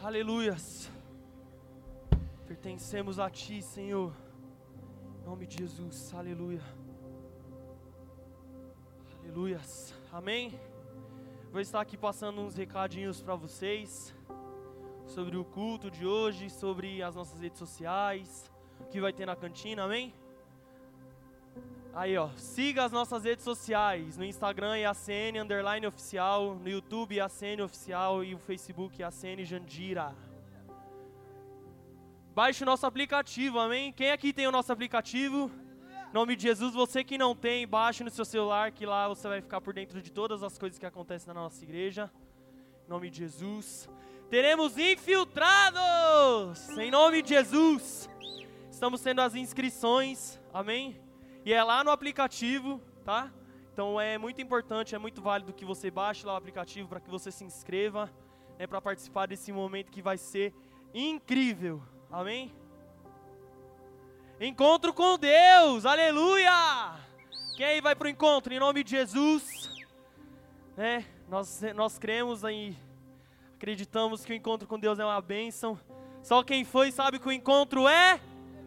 Aleluias. Pertencemos a Ti, Senhor. Em nome de Jesus. Aleluia. Aleluias. Amém. Vou estar aqui passando uns recadinhos para vocês sobre o culto de hoje, sobre as nossas redes sociais, o que vai ter na cantina, amém? Aí, ó, siga as nossas redes sociais, no Instagram é ACN_oficial, no YouTube é ACN Oficial e o Facebook é ACN Jandira. Baixe o nosso aplicativo, amém? Quem aqui tem o nosso aplicativo? Em nome de Jesus, você que não tem, baixe no seu celular, que lá você vai ficar por dentro de todas as coisas que acontecem na nossa igreja. Em nome de Jesus. Teremos infiltrados, em nome de Jesus. Estamos tendo as inscrições, amém? E é lá no aplicativo, tá? Então é muito importante, é muito válido que você baixe lá o aplicativo para que você se inscreva, né, para participar desse momento que vai ser incrível, amém? Encontro com Deus, aleluia! Quem aí vai para o encontro em nome de Jesus? Né? Nós cremos aí, acreditamos que o encontro com Deus é uma bênção. Só quem foi sabe que o encontro é...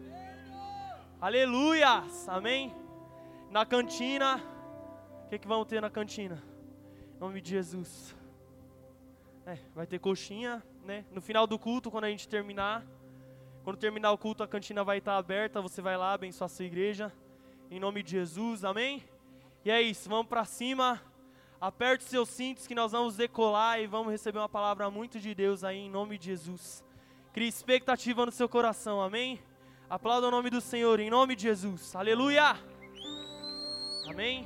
Aleluia! Amém? Na cantina, o que vamos ter na cantina? Em nome de Jesus. Vai ter coxinha, né? No final do culto, quando a gente terminar. Quando terminar o culto, a cantina vai estar aberta. Você vai lá, abençoar a sua igreja. Em nome de Jesus, amém? E é isso, vamos para cima. Aperte seus cintos que nós vamos decolar e vamos receber uma palavra muito de Deus aí, em nome de Jesus. Crie expectativa no seu coração, amém? Aplauda o nome do Senhor, em nome de Jesus. Aleluia! Amém?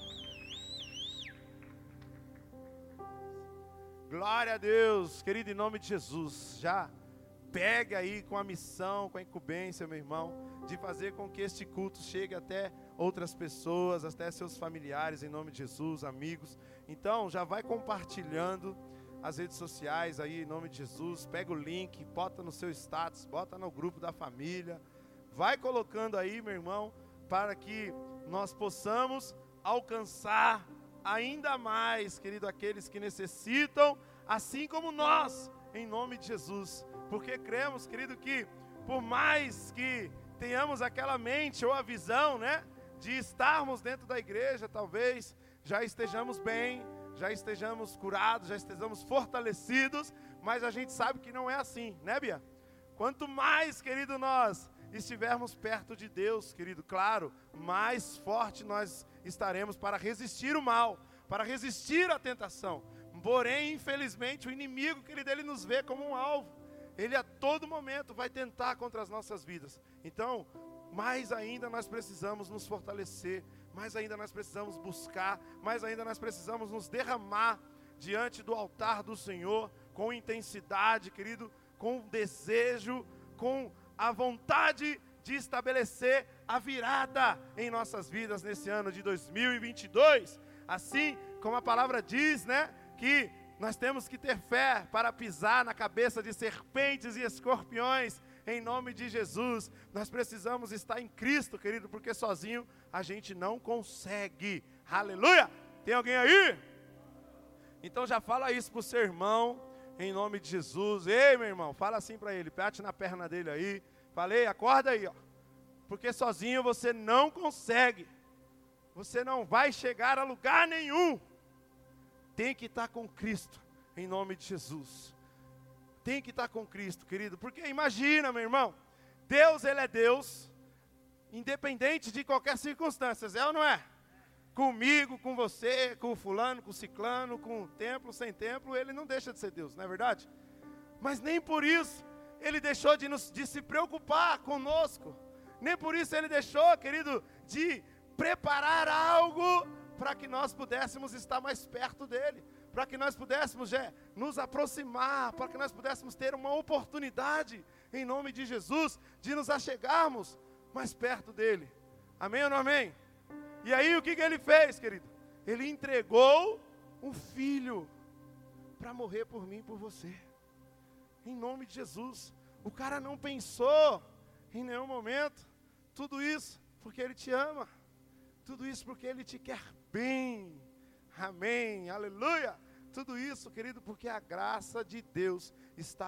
Glória a Deus, querido, em nome de Jesus. Já pega aí com a missão, com a incumbência, meu irmão, de fazer com que este culto chegue até outras pessoas, até seus familiares, em nome de Jesus, amigos. Então, já vai compartilhando as redes sociais aí, em nome de Jesus. Pega o link, bota no seu status, bota no grupo da família. Vai colocando aí, meu irmão, para que nós possamos alcançar ainda mais, querido, aqueles que necessitam, assim como nós, em nome de Jesus. Porque cremos, querido, que por mais que tenhamos aquela mente ou a visão, né, de estarmos dentro da igreja, talvez já estejamos bem, já estejamos curados, já estejamos fortalecidos, mas a gente sabe que não é assim, né, Bia? Quanto mais, querido, nós estivermos perto de Deus, querido, claro, mais forte nós estaremos para resistir o mal, para resistir à tentação. Porém, infelizmente, o inimigo, querido, ele nos vê como um alvo. Ele a todo momento vai tentar contra as nossas vidas. Então, mais ainda nós precisamos nos fortalecer, mais ainda nós precisamos buscar, mais ainda nós precisamos nos derramar diante do altar do Senhor, com intensidade, querido, com desejo, com a vontade de estabelecer a virada em nossas vidas nesse ano de 2022. Assim como a palavra diz, né, que nós temos que ter fé para pisar na cabeça de serpentes e escorpiões, em nome de Jesus. Nós precisamos estar em Cristo, querido, porque sozinho a gente não consegue. Aleluia! Tem alguém aí? Então já fala isso para o seu irmão, em nome de Jesus. Ei, meu irmão, fala assim para ele, bate na perna dele aí. Falei, acorda aí, ó. Porque sozinho você não consegue. Você não vai chegar a lugar nenhum. Tem que estar com Cristo, em nome de Jesus. Tem que estar com Cristo, querido. Porque imagina, meu irmão, Deus, Ele é Deus, independente de qualquer circunstância, é ou não é? Comigo, com você, com o fulano, com o ciclano, com o templo, sem templo, Ele não deixa de ser Deus, não é verdade? Mas nem por isso Ele deixou de se preocupar conosco. Nem por isso Ele deixou, querido, de preparar algo para que nós pudéssemos estar mais perto dEle, para que nós pudéssemos nos aproximar, para que nós pudéssemos ter uma oportunidade, em nome de Jesus, de nos achegarmos mais perto dEle. Amém ou não amém? E aí o que Ele fez, querido? Ele entregou um filho para morrer por mim e por você. Em nome de Jesus. O cara não pensou em nenhum momento. Tudo isso porque Ele te ama. Tudo isso porque Ele te quer bem. Amém, aleluia. Tudo isso, querido, porque a graça de Deus está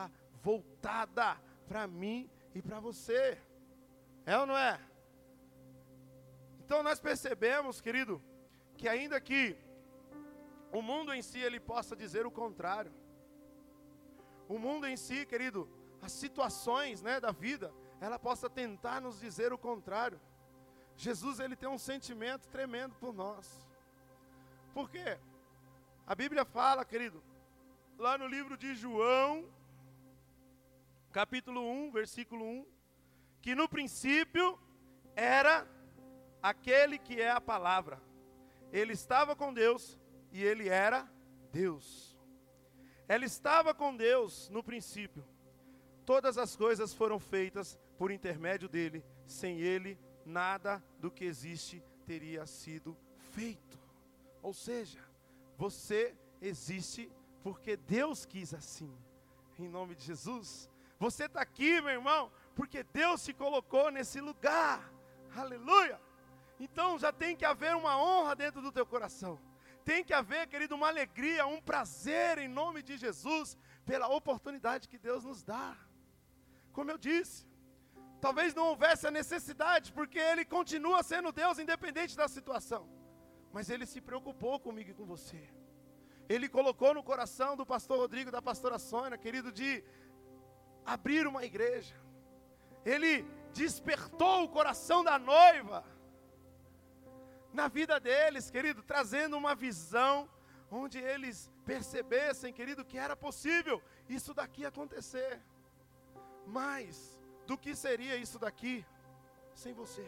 voltada para mim e para você. É ou não é? Então nós percebemos, querido, que ainda que o mundo em si ele possa dizer o contrário. O mundo em si, querido, as situações, né, da vida, ela possa tentar nos dizer o contrário. Jesus, ele tem um sentimento tremendo por nós. Por quê? A Bíblia fala, querido, lá no livro de João, capítulo 1, versículo 1, que no princípio era aquele que é a palavra. Ele estava com Deus e ele era Deus. Ela estava com Deus no princípio. Todas as coisas foram feitas por intermédio dele. Sem ele, nada do que existe teria sido feito. Ou seja, você existe porque Deus quis assim. Em nome de Jesus. Você está aqui, meu irmão, porque Deus te colocou nesse lugar. Aleluia! Então já tem que haver uma honra dentro do teu coração. Tem que haver, querido, uma alegria, um prazer em nome de Jesus, pela oportunidade que Deus nos dá. Como eu disse, talvez não houvesse a necessidade, porque Ele continua sendo Deus independente da situação. Mas Ele se preocupou comigo e com você. Ele colocou no coração do pastor Rodrigo, da pastora Sônia, querido, de abrir uma igreja. Ele despertou o coração da noiva na vida deles, querido, trazendo uma visão onde eles percebessem, querido, que era possível isso daqui acontecer. Mas do que seria isso daqui sem você?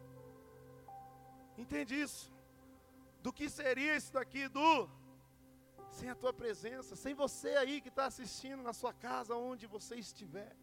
Entende isso? Do que seria isso daqui, sem a tua presença, sem você aí que está assistindo na sua casa, onde você estiver.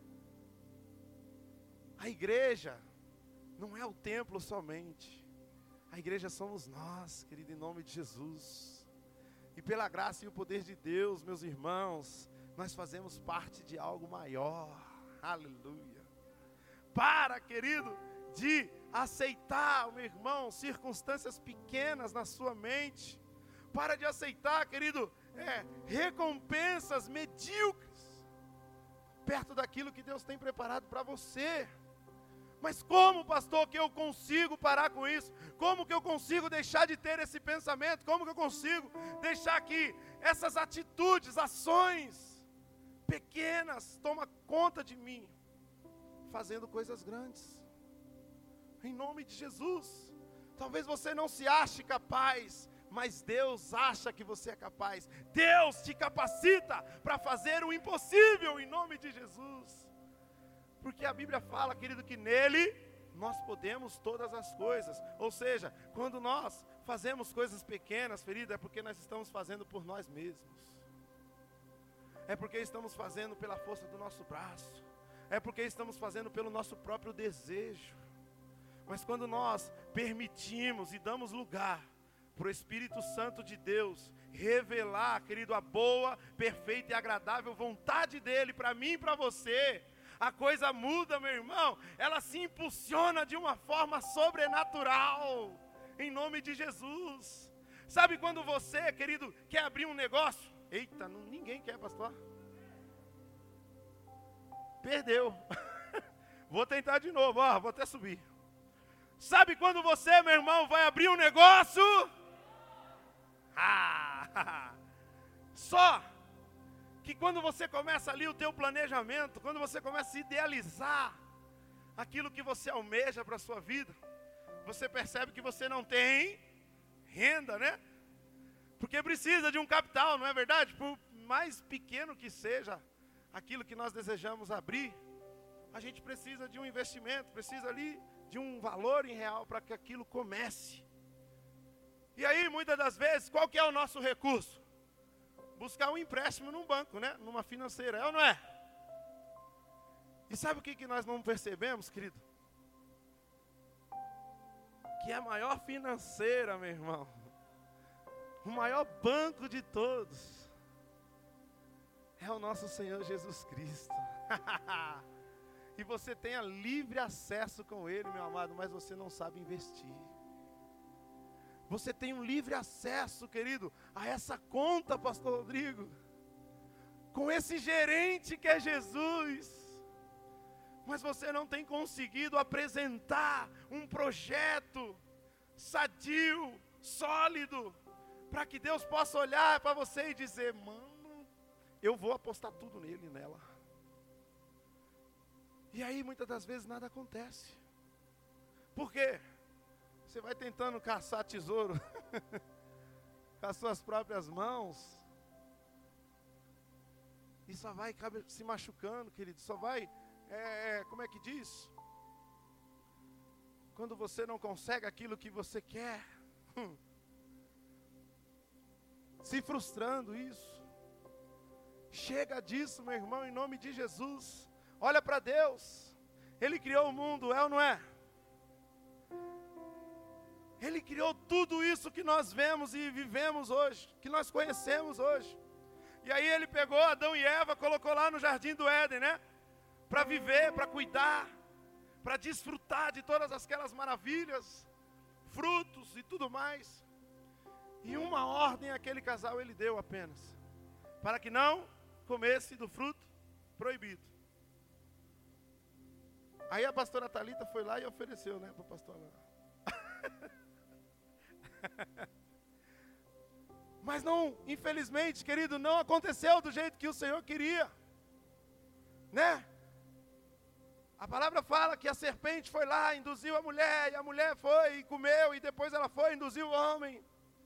A igreja não é o templo somente. A igreja somos nós, querido, em nome de Jesus. E pela graça e o poder de Deus, meus irmãos, nós fazemos parte de algo maior. Aleluia. Para, querido, de aceitar, meu irmão, circunstâncias pequenas na sua mente. Para de aceitar, querido, recompensas medíocres perto daquilo que Deus tem preparado para você. Mas como, pastor, que eu consigo parar com isso? Como que eu consigo deixar de ter esse pensamento? Como que eu consigo deixar que essas atitudes, ações pequenas tomam conta de mim? Fazendo coisas grandes. Em nome de Jesus. Talvez você não se ache capaz, mas Deus acha que você é capaz. Deus te capacita para fazer o impossível em nome de Jesus. Porque a Bíblia fala, querido, que nele nós podemos todas as coisas. Ou seja, quando nós fazemos coisas pequenas, querido, é porque nós estamos fazendo por nós mesmos. É porque estamos fazendo pela força do nosso braço. É porque estamos fazendo pelo nosso próprio desejo. Mas quando nós permitimos e damos lugar para o Espírito Santo de Deus revelar, querido, a boa, perfeita e agradável vontade dEle para mim e para você, a coisa muda, meu irmão. Ela se impulsiona de uma forma sobrenatural, em nome de Jesus. Sabe quando você, querido, quer abrir um negócio? Eita, ninguém quer, pastor. Perdeu. Vou tentar de novo, vou até subir. Sabe quando você, meu irmão, vai abrir um negócio? Só que quando você começa ali o teu planejamento, quando você começa a idealizar aquilo que você almeja para a sua vida, você percebe que você não tem renda, né? Porque precisa de um capital, não é verdade? Por mais pequeno que seja aquilo que nós desejamos abrir, a gente precisa de um investimento, precisa ali de um valor em real para que aquilo comece. E aí, muitas das vezes, qual que é o nosso recurso? Buscar um empréstimo num banco, né? Numa financeira, é ou não é? E sabe o que nós não percebemos, querido? Que a maior financeira, meu irmão, o maior banco de todos, é o nosso Senhor Jesus Cristo. E você tenha livre acesso com Ele, meu amado, mas você não sabe investir. Você tem um livre acesso, querido, a essa conta, pastor Rodrigo. com esse gerente que é Jesus, mas você não tem conseguido apresentar um projeto sadio, sólido, para que Deus possa olhar para você e dizer: mano, eu vou apostar tudo nele e nela. E aí muitas das vezes nada acontece. Por quê? Você vai tentando caçar tesouro com as suas próprias mãos, e só vai se machucando, querido. Só vai, como é que diz? Quando você não consegue aquilo que você quer, se frustrando isso. Chega disso, meu irmão, em nome de Jesus. Olha para Deus. Ele criou o mundo, é ou não é? Ele criou tudo isso que nós vemos e vivemos hoje, que nós conhecemos hoje. E aí ele pegou Adão e Eva, colocou lá no jardim do Éden, né? Para viver, para cuidar, para desfrutar de todas aquelas maravilhas, frutos e tudo mais. E uma ordem àquele casal ele deu apenas, para que não comesse do fruto proibido. Aí a pastora Thalita foi lá e ofereceu, né, para o pastor lá. Mas não, infelizmente, querido, não aconteceu do jeito que o Senhor queria, né? A palavra fala que a serpente foi lá, induziu a mulher, e a mulher foi e comeu, e depois ela foi e induziu o homem.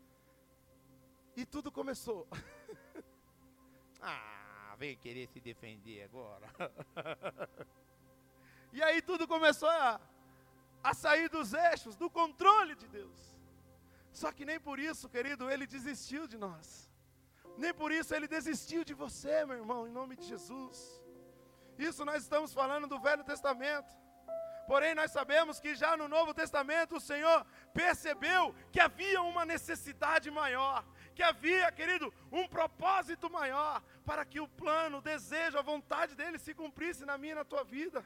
E tudo começou. Vem querer se defender agora. E aí tudo começou a sair dos eixos, do controle de Deus. Só que nem por isso, querido, ele desistiu de nós. Nem por isso ele desistiu de você, meu irmão, em nome de Jesus. Isso nós estamos falando do Velho Testamento. Porém, nós sabemos que já no Novo Testamento o Senhor percebeu que havia uma necessidade maior, que havia, querido, um propósito maior, para que o plano, o desejo, a vontade dele se cumprisse na minha e na tua vida.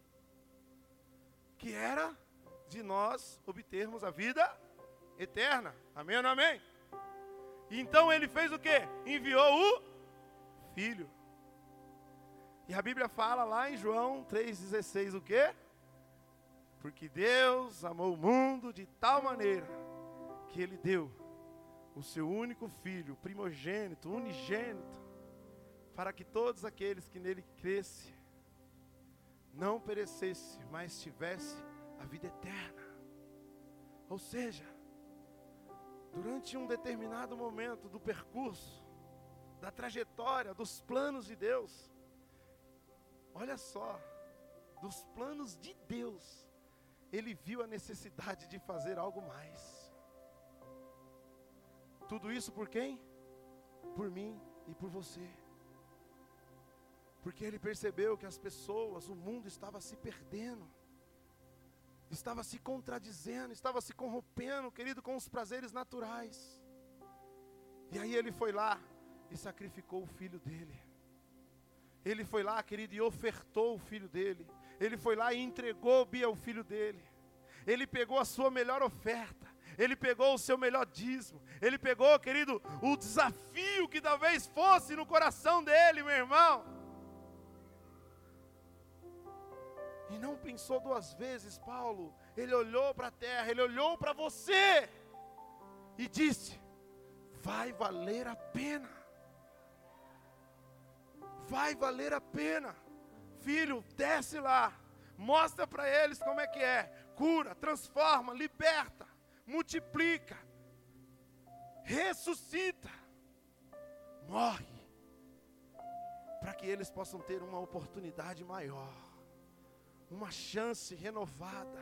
Que era de nós obtermos a vida eterna. Amém ou não amém? Então ele fez o quê? Enviou o Filho. E a Bíblia fala lá em João 3,16 o quê? Porque Deus amou o mundo de tal maneira que Ele deu o seu único Filho, primogênito, unigênito, para que todos aqueles que nele crescem não perecesse, mas tivesse a vida eterna. Ou seja, durante um determinado momento do percurso, da trajetória, dos planos de Deus, olha só, dos planos de Deus, ele viu a necessidade de fazer algo mais. Tudo isso por quem? Por mim e por você. Porque ele percebeu que as pessoas, o mundo estava se perdendo, estava se contradizendo, estava se corrompendo, querido, com os prazeres naturais. E aí ele foi lá e sacrificou o filho dele. Ele foi lá, querido, e ofertou o filho dele. Ele foi lá e entregou, Bia, o filho dele. Ele pegou a sua melhor oferta. Ele pegou o seu melhor dízimo. Ele pegou, querido, o desafio que talvez fosse no coração dele, meu irmão. E não pensou duas vezes, Paulo. Ele olhou para a terra, ele olhou para você e disse: vai valer a pena. Vai valer a pena. Filho, desce lá. Mostra para eles como é que é. Cura, transforma, liberta, multiplica, ressuscita, morre, para que eles possam ter uma oportunidade maior, uma chance renovada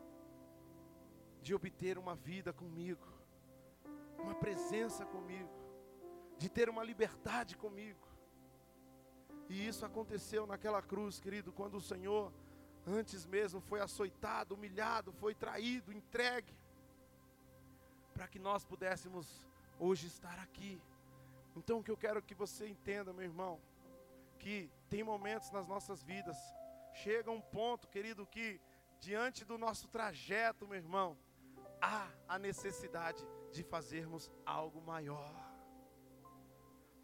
de obter uma vida comigo, uma presença comigo, de ter uma liberdade comigo. E isso aconteceu naquela cruz, querido, quando o Senhor, antes mesmo, foi açoitado, humilhado, foi traído, entregue, para que nós pudéssemos hoje estar aqui. Então o que eu quero que você entenda, meu irmão, que tem momentos nas nossas vidas, chega um ponto, querido, que diante do nosso trajeto, meu irmão, há a necessidade de fazermos algo maior.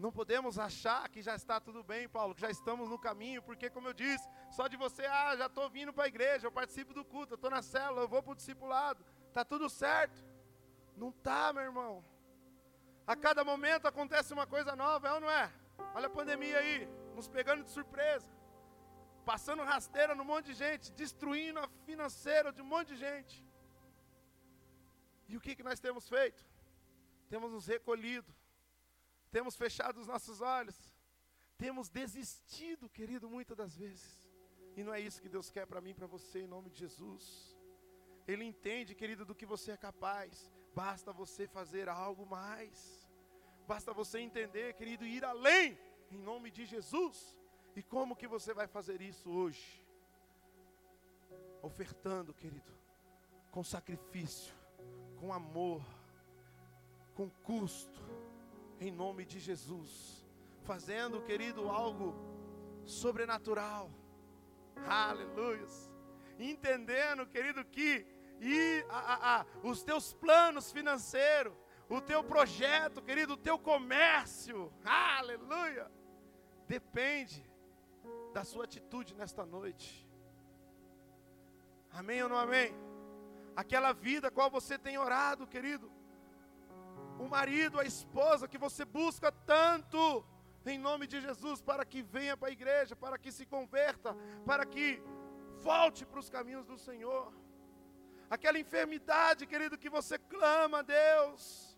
Não podemos achar que já está tudo bem, Paulo, que já estamos no caminho, porque como eu disse, só de você, já estou vindo para a igreja, eu participo do culto, eu estou na célula, eu vou para o discipulado, está tudo certo. Não está, meu irmão. A cada momento acontece uma coisa nova, é ou não é? Olha a pandemia aí, nos pegando de surpresa, passando rasteira num monte de gente, destruindo a financeira de um monte de gente. E o que nós temos feito? Temos nos recolhido, temos fechado os nossos olhos, temos desistido, querido, muitas das vezes. E não é isso que Deus quer para mim e para você, em nome de Jesus. Ele entende, querido, do que você é capaz. Basta você fazer algo mais. Basta você entender, querido, e ir além, em nome de Jesus. E como que você vai fazer isso hoje? Ofertando, querido, com sacrifício, com amor, com custo, em nome de Jesus. Fazendo, querido, algo sobrenatural. Aleluia. Entendendo, querido, que os teus planos financeiros, o teu projeto, querido, o teu comércio, aleluia, depende da sua atitude nesta noite. Amém ou não amém? Aquela vida a qual você tem orado, querido, o marido, a esposa que você busca tanto, em nome de Jesus, para que venha para a igreja, para que se converta, para que volte para os caminhos do Senhor. Aquela enfermidade, querido, que você clama a Deus,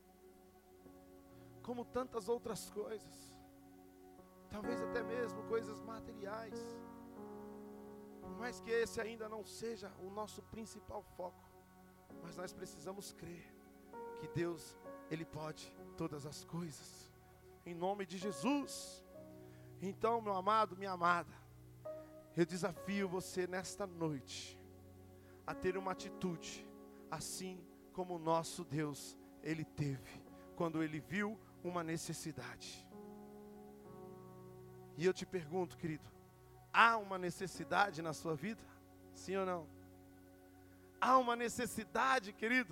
como tantas outras coisas, talvez até mesmo coisas materiais, por mais que esse ainda não seja o nosso principal foco, mas nós precisamos crer que Deus, Ele pode todas as coisas, em nome de Jesus. Então, meu amado, minha amada, eu desafio você nesta noite a ter uma atitude, assim como o nosso Deus, Ele teve, quando Ele viu uma necessidade. E eu te pergunto, querido, há uma necessidade na sua vida? Sim ou não? Há uma necessidade, querido,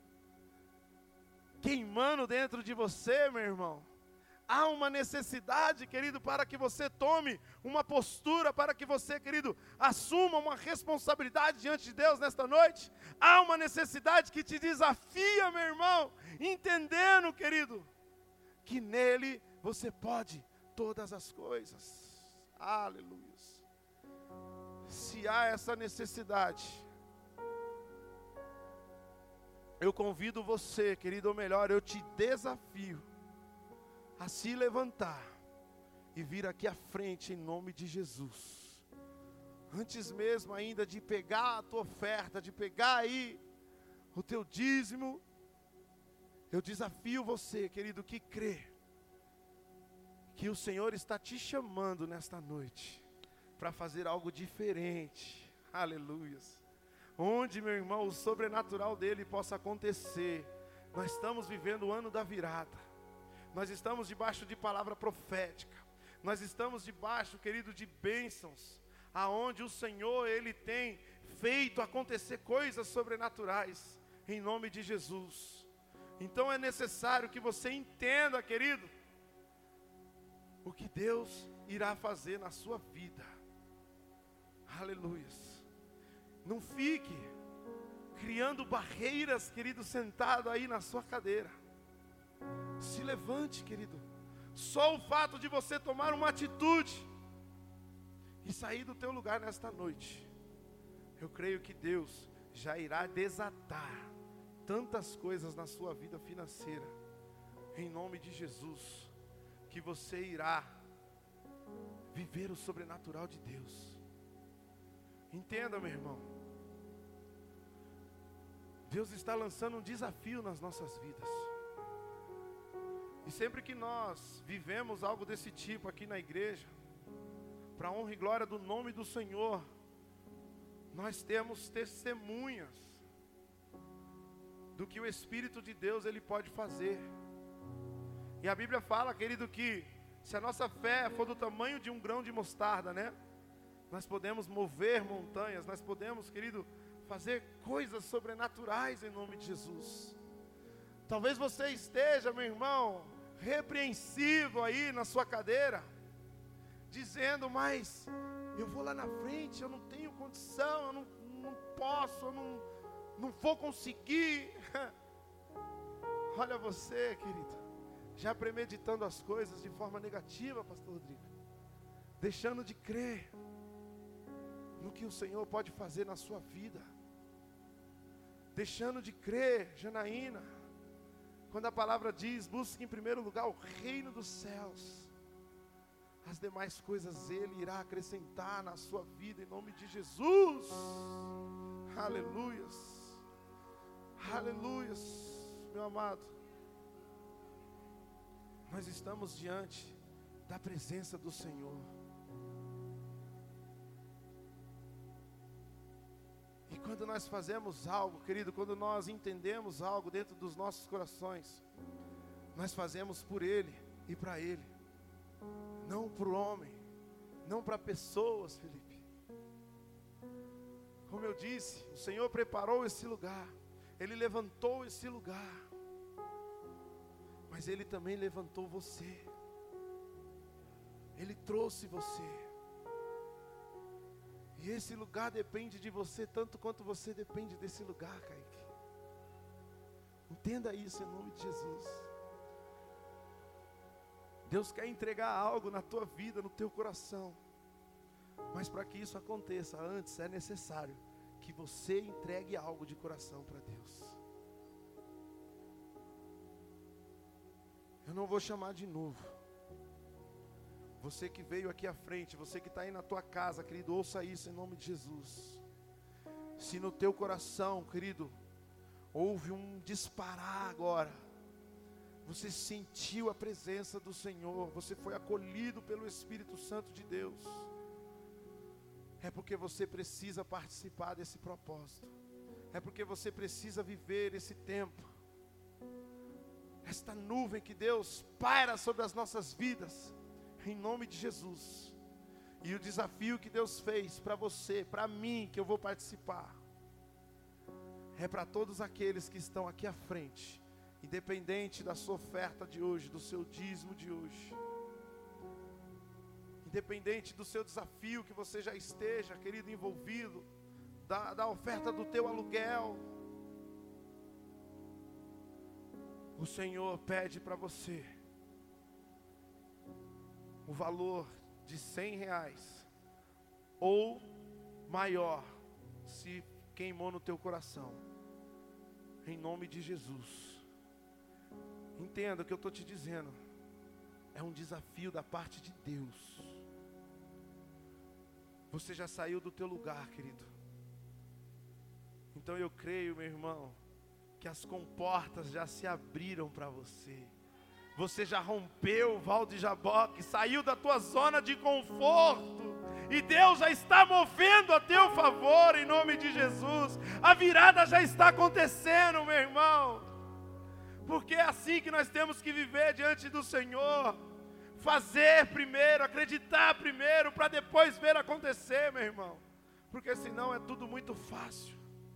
queimando dentro de você, meu irmão. Há uma necessidade, querido, para que você tome uma postura, para que você, querido, assuma uma responsabilidade diante de Deus nesta noite. Há uma necessidade que te desafia, meu irmão, entendendo, querido, que nele você pode todas as coisas. Aleluia. Se há essa necessidade, eu convido você, querido, ou melhor, eu te desafio a se levantar e vir aqui à frente em nome de Jesus. Antes mesmo ainda de pegar a tua oferta, de pegar aí o teu dízimo, eu desafio você, querido, que crê que o Senhor está te chamando nesta noite para fazer algo diferente. Aleluia. Onde, meu irmão, o sobrenatural dele possa acontecer. Nós estamos vivendo o ano da virada. Nós estamos debaixo de palavra profética. Nós estamos debaixo, querido, de bênçãos, aonde o Senhor, Ele tem feito acontecer coisas sobrenaturais, em nome de Jesus. Então é necessário que você entenda, querido, o que Deus irá fazer na sua vida. Aleluia. Não fique criando barreiras, querido, sentado aí na sua cadeira. Se levante, querido. Só o fato de você tomar uma atitude e sair do teu lugar nesta noite, eu creio que Deus já irá desatar tantas coisas na sua vida financeira, em nome de Jesus, que você irá viver o sobrenatural de Deus. Entenda, meu irmão, Deus está lançando um desafio nas nossas vidas. E sempre que nós vivemos algo desse tipo aqui na igreja, para a honra e glória do nome do Senhor, nós temos testemunhas do que o Espírito de Deus Ele pode fazer. E a Bíblia fala, querido, que se a nossa fé for do tamanho de um grão de mostarda, né? Nós podemos mover montanhas, nós podemos, querido, fazer coisas sobrenaturais em nome de Jesus. Talvez você esteja, meu irmão, repreensivo aí na sua cadeira, dizendo, mas eu vou lá na frente, eu não tenho condição, eu não posso, eu não vou conseguir. Olha você, querido, já premeditando as coisas de forma negativa, pastor Rodrigo, deixando de crer no que o Senhor pode fazer na sua vida, deixando de crer, Janaína, quando a palavra diz, busque em primeiro lugar o reino dos céus, as demais coisas Ele irá acrescentar na sua vida, em nome de Jesus. Aleluias, aleluias, meu amado. Nós estamos diante da presença do Senhor. E quando nós fazemos algo, querido, quando nós entendemos algo dentro dos nossos corações, nós fazemos por Ele e para Ele, não para o homem, não para pessoas, Felipe. Como eu disse, o Senhor preparou esse lugar, Ele levantou esse lugar, mas Ele também levantou você, Ele trouxe você, e esse lugar depende de você, tanto quanto você depende desse lugar, Kaique. Entenda isso em nome de Jesus. Deus quer entregar algo na tua vida, no teu coração, mas para que isso aconteça, antes é necessário que você entregue algo de coração para Deus. Eu não vou chamar de novo. Você que veio aqui à frente, você que está aí na tua casa, querido, ouça isso em nome de Jesus. Se no teu coração, querido, houve um disparar agora, você sentiu a presença do Senhor, você foi acolhido pelo Espírito Santo de Deus, é porque você precisa participar desse propósito, é porque você precisa viver esse tempo, esta nuvem que Deus paira sobre as nossas vidas, em nome de Jesus. E o desafio que Deus fez para você, para mim, que eu vou participar, é para todos aqueles que estão aqui à frente, independente da sua oferta de hoje, do seu dízimo de hoje, independente do seu desafio que você já esteja, querido, envolvido, da oferta do teu aluguel, o Senhor pede para você o valor de R$100 ou maior, se queimou no teu coração, em nome de Jesus. Entenda o que eu estou te dizendo, é um desafio da parte de Deus. Você já saiu do teu lugar, querido, então eu creio, meu irmão, que as comportas já se abriram para você. Você já rompeu o val de Jaboque, saiu da tua zona de conforto, e Deus já está movendo a teu favor, em nome de Jesus. A virada já está acontecendo, meu irmão, porque é assim que nós temos que viver diante do Senhor, fazer primeiro, acreditar primeiro, para depois ver acontecer, meu irmão, porque senão é tudo muito fácil.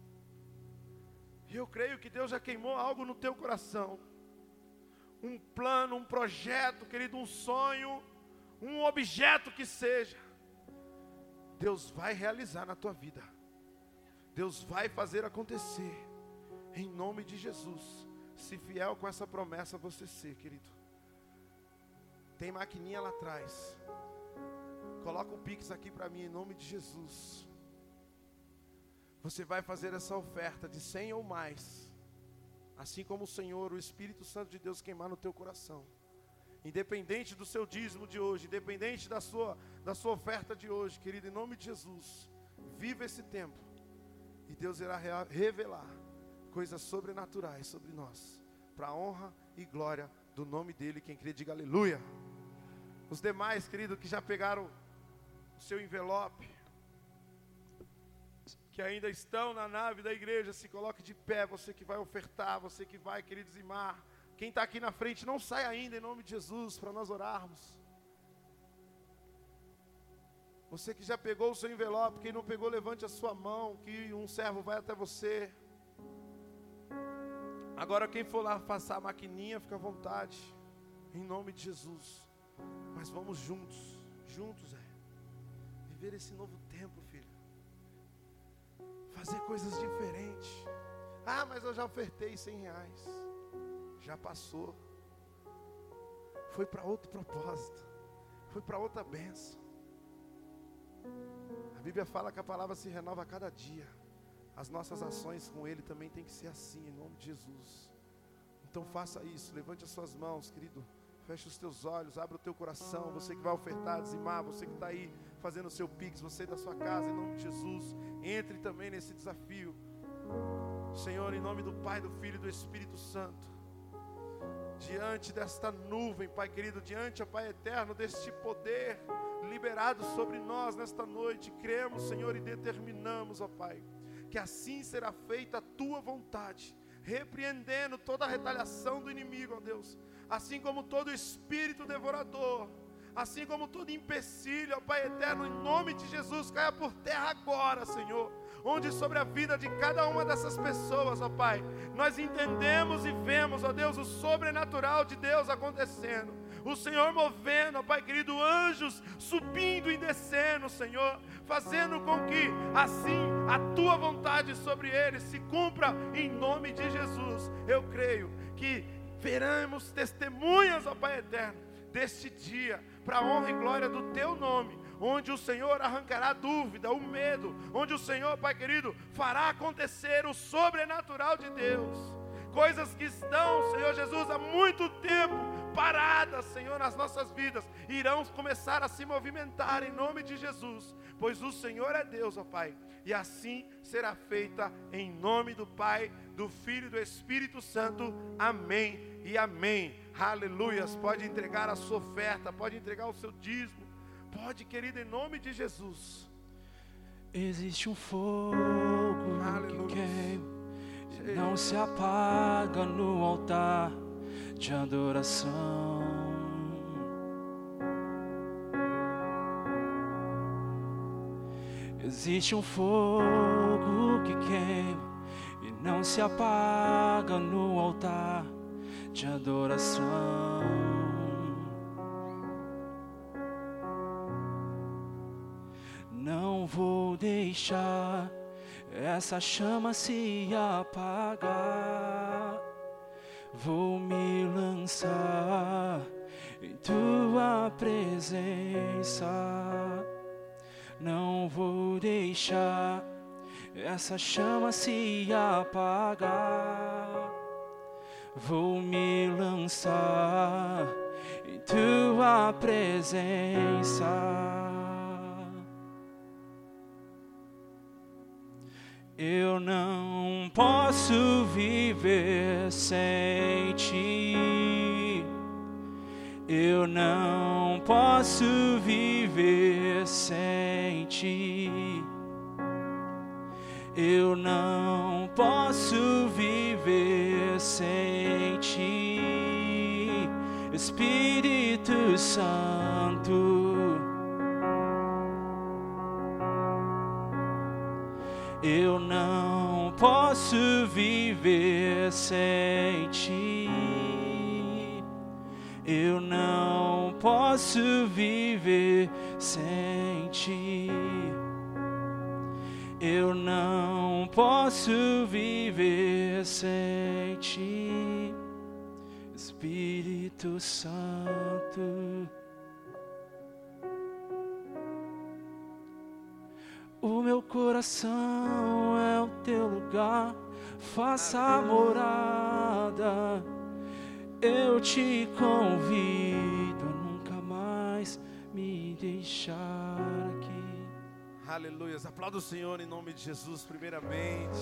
E eu creio que Deus já queimou algo no teu coração, um plano, um projeto, querido, um sonho, um objeto que seja, Deus vai realizar na tua vida, Deus vai fazer acontecer, em nome de Jesus. Se fiel com essa promessa você ser, querido. Tem maquininha lá atrás, coloca o Pix aqui para mim, em nome de Jesus. Você vai fazer essa oferta de 100 ou mais, assim como o Senhor, o Espírito Santo de Deus queimar no teu coração. Independente do seu dízimo de hoje, independente da sua oferta de hoje, querido, em nome de Jesus, viva esse tempo, e Deus irá revelar coisas sobrenaturais sobre nós, para a honra e glória do nome dEle. Quem crê, diga aleluia. Os demais, querido, que já pegaram o seu envelope, que ainda estão na nave da igreja, se coloque de pé. Você que vai ofertar, você que vai, querido, dizimar. Quem está aqui na frente, não sai ainda, em nome de Jesus, para nós orarmos. Você que já pegou o seu envelope, quem não pegou, levante a sua mão, que um servo vai até você. Agora quem for lá passar a maquininha, fica à vontade, em nome de Jesus. Mas vamos juntos, viver esse novo tempo, filho. Fazer coisas diferentes. Ah, mas eu já ofertei R$100. Já passou. Foi para outro propósito. Foi para outra bênção. A Bíblia fala que a palavra se renova a cada dia. As nossas ações com Ele também tem que ser assim, em nome de Jesus. Então faça isso, levante as suas mãos, querido. Feche os teus olhos, abra o teu coração. Você que vai ofertar, dizimar, você que está aí fazendo o seu pix, você da sua casa, em nome de Jesus. Entre também nesse desafio. Senhor, em nome do Pai, do Filho e do Espírito Santo. Diante desta nuvem, Pai querido, diante, ó Pai eterno, deste poder liberado sobre nós nesta noite, cremos, Senhor, e determinamos, ó Pai, que assim será feita a Tua vontade, repreendendo toda a retaliação do inimigo, ó Deus, assim como todo espírito devorador, assim como todo empecilho, ó Pai eterno, em nome de Jesus, caia por terra agora, Senhor, onde sobre a vida de cada uma dessas pessoas, ó Pai, nós entendemos e vemos, ó Deus, o sobrenatural de Deus acontecendo, o Senhor movendo, ó Pai querido, anjos subindo e descendo, Senhor, fazendo com que assim a Tua vontade sobre eles se cumpra em nome de Jesus. Eu creio que veremos testemunhas, ó Pai eterno, deste dia, para a honra e glória do Teu nome, onde o Senhor arrancará a dúvida, o medo, onde o Senhor, Pai querido, fará acontecer o sobrenatural de Deus, coisas que estão, Senhor Jesus, há muito tempo paradas, Senhor, nas nossas vidas, irão começar a se movimentar em nome de Jesus, pois o Senhor é Deus, ó Pai, e assim será feita em nome do Pai, do Filho e do Espírito Santo, amém e amém, aleluias. Pode entregar a sua oferta, pode entregar o seu dízimo, pode, querido, em nome de Jesus. Existe um fogo que queima e não se apaga no altar de adoração. Existe um fogo que queima e não se apaga no altar de adoração. Não vou deixar essa chama se apagar. Vou me lançar em Tua presença. Não vou deixar essa chama se apagar. Vou me lançar em Tua presença. Eu não posso viver sem Ti. Eu não posso viver sem Ti. Eu não posso viver sem Ti, Espírito Santo. Eu não posso viver sem Ti. Eu não posso viver sem Ti. Eu não posso viver sem Ti, Espírito Santo. O meu coração é o Teu lugar, faça morada. Eu te convido a nunca mais me deixar aqui. Aleluias, aplauda o Senhor em nome de Jesus primeiramente,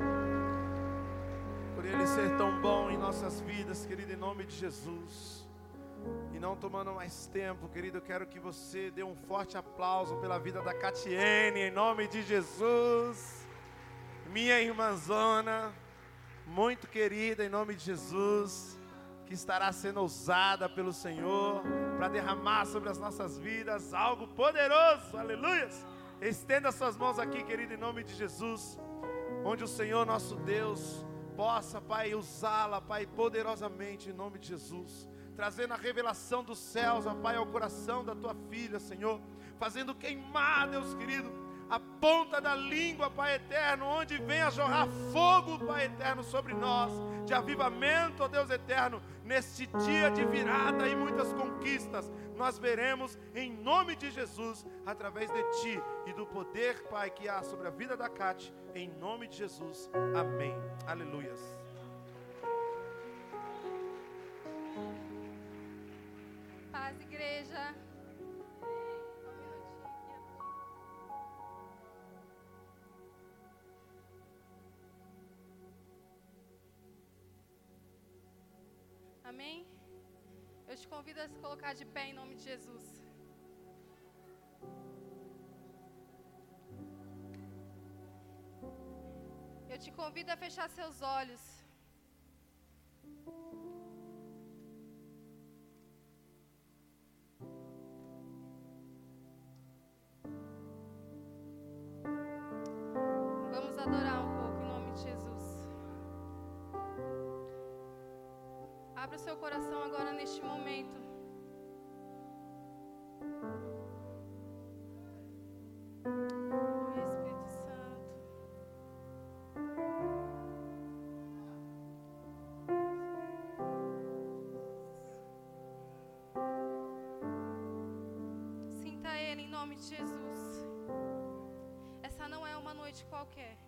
por Ele ser tão bom em nossas vidas, querido, em nome de Jesus. E não tomando mais tempo, querido, eu quero que você dê um forte aplauso pela vida da Catiene, em nome de Jesus. Minha irmãzona, muito querida, em nome de Jesus, que estará sendo usada pelo Senhor para derramar sobre as nossas vidas algo poderoso, aleluias. Estenda suas mãos aqui, querido, em nome de Jesus, onde o Senhor nosso Deus possa, Pai, usá-la, Pai, poderosamente, em nome de Jesus. trazendo a revelação dos céus, ó Pai, ao coração da tua filha, Senhor, fazendo queimar, Deus querido, a ponta da língua, Pai eterno, onde venha jorrar fogo, Pai eterno, sobre nós, de avivamento, ó Deus eterno, neste dia de virada e muitas conquistas, nós veremos em nome de Jesus, através de Ti e do poder, Pai, que há sobre a vida da Cate, em nome de Jesus, amém, aleluias. Paz, igreja. Amém? Eu te convido a se colocar de pé em nome de Jesus. Eu te convido a fechar seus olhos. Vamos adorar um pouco em nome de Jesus. Abra o seu coração agora neste momento. Oi, Espírito Santo. Sinta Ele em nome de Jesus. Essa não é uma noite qualquer.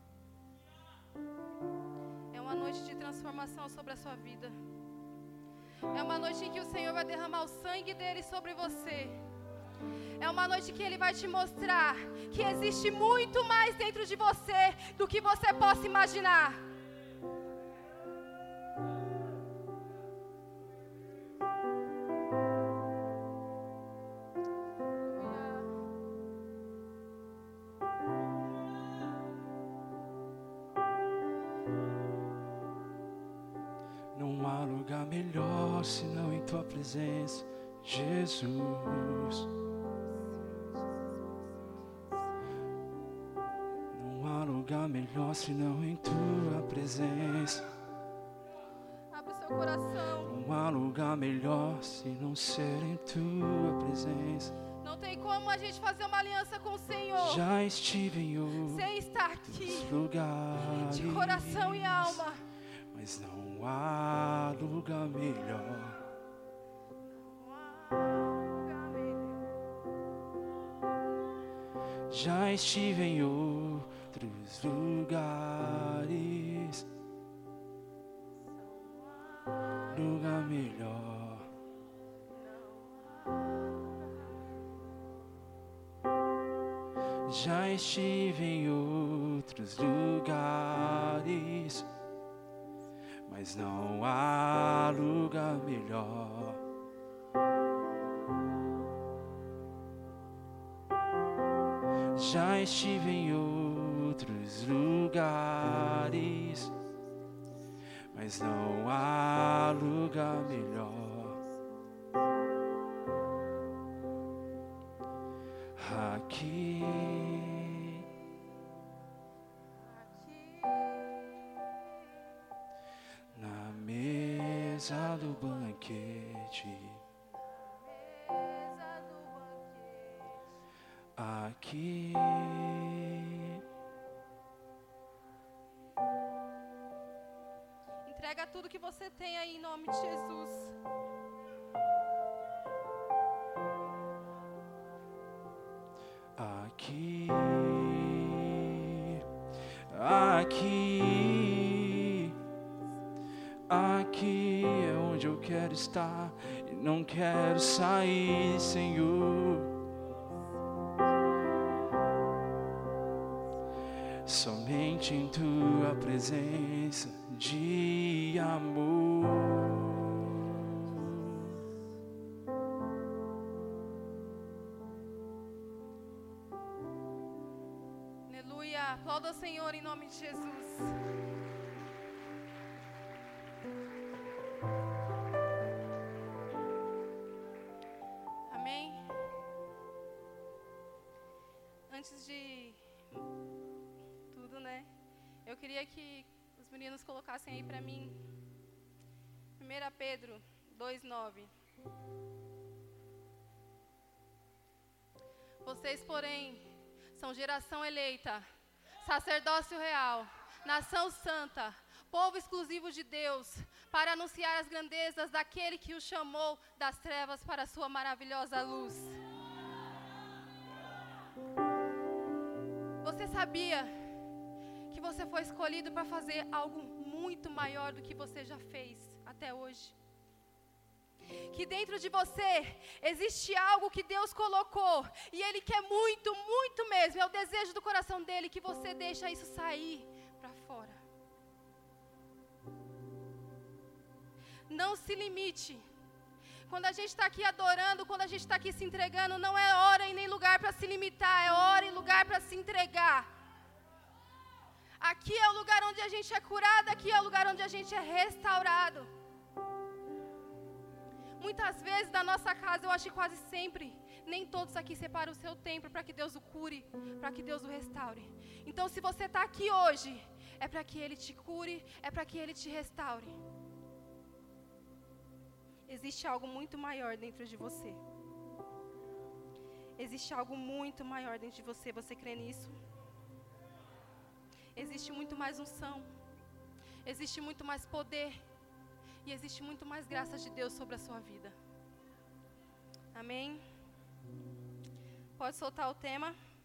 É uma noite de transformação sobre a sua vida. É uma noite em que o Senhor vai derramar o sangue dele sobre você. É uma noite que ele vai te mostrar que existe muito mais dentro de você do que você possa imaginar. Não há lugar melhor senão em tua presença, Jesus. Não há lugar melhor senão em tua presença. Abra o seu coração. Não há lugar melhor se não ser em tua presença. Não tem como a gente fazer uma aliança com o Senhor Já estive em outros sem estar aqui lugares, de coração e alma. mas não há lugar melhor. Já estive em outros lugares, lugar melhor. Já estive em outros lugares, mas não há lugar melhor. Já estive em outros lugares, mas não há lugar melhor. Aqui, na mesa do banquete, aqui, Entrega tudo que você tem aí em nome de Jesus. aqui, aqui, aqui é onde eu quero estar e não quero sair, Senhor. Somente em tua presença de amor. Aleluia. Aplauda o Senhor em nome de Jesus. Amém. Antes de tudo, né? Eu queria que os meninos colocassem aí pra mim 1 Pedro 2:9. Vocês, porém, são geração eleita, sacerdócio real, nação santa, povo exclusivo de Deus, para anunciar as grandezas daquele que o chamou das trevas para a sua maravilhosa luz. Você sabia que você foi escolhido para fazer algo muito maior do que você já fez até hoje? Que dentro de você existe algo que Deus colocou e Ele quer muito, muito mesmo, é o desejo do coração dEle que você deixa isso sair para fora. Não se limite. Quando a gente está aqui adorando, quando a gente está aqui se entregando, não é hora e nem lugar para se limitar, é hora e lugar para se entregar. Aqui é o lugar onde a gente é curado, aqui é o lugar onde a gente é restaurado. Muitas vezes da nossa casa, eu acho que quase sempre, nem todos aqui separam o seu tempo para que Deus o cure, para que Deus o restaure. Então, se você está aqui hoje, é para que Ele te cure, é para que Ele te restaure. Existe algo muito maior dentro de você. Existe algo muito maior dentro de você. Você crê nisso? Existe muito mais unção. Existe muito mais poder. E existe muito mais graça de Deus sobre a sua vida. Amém? Pode soltar o tema.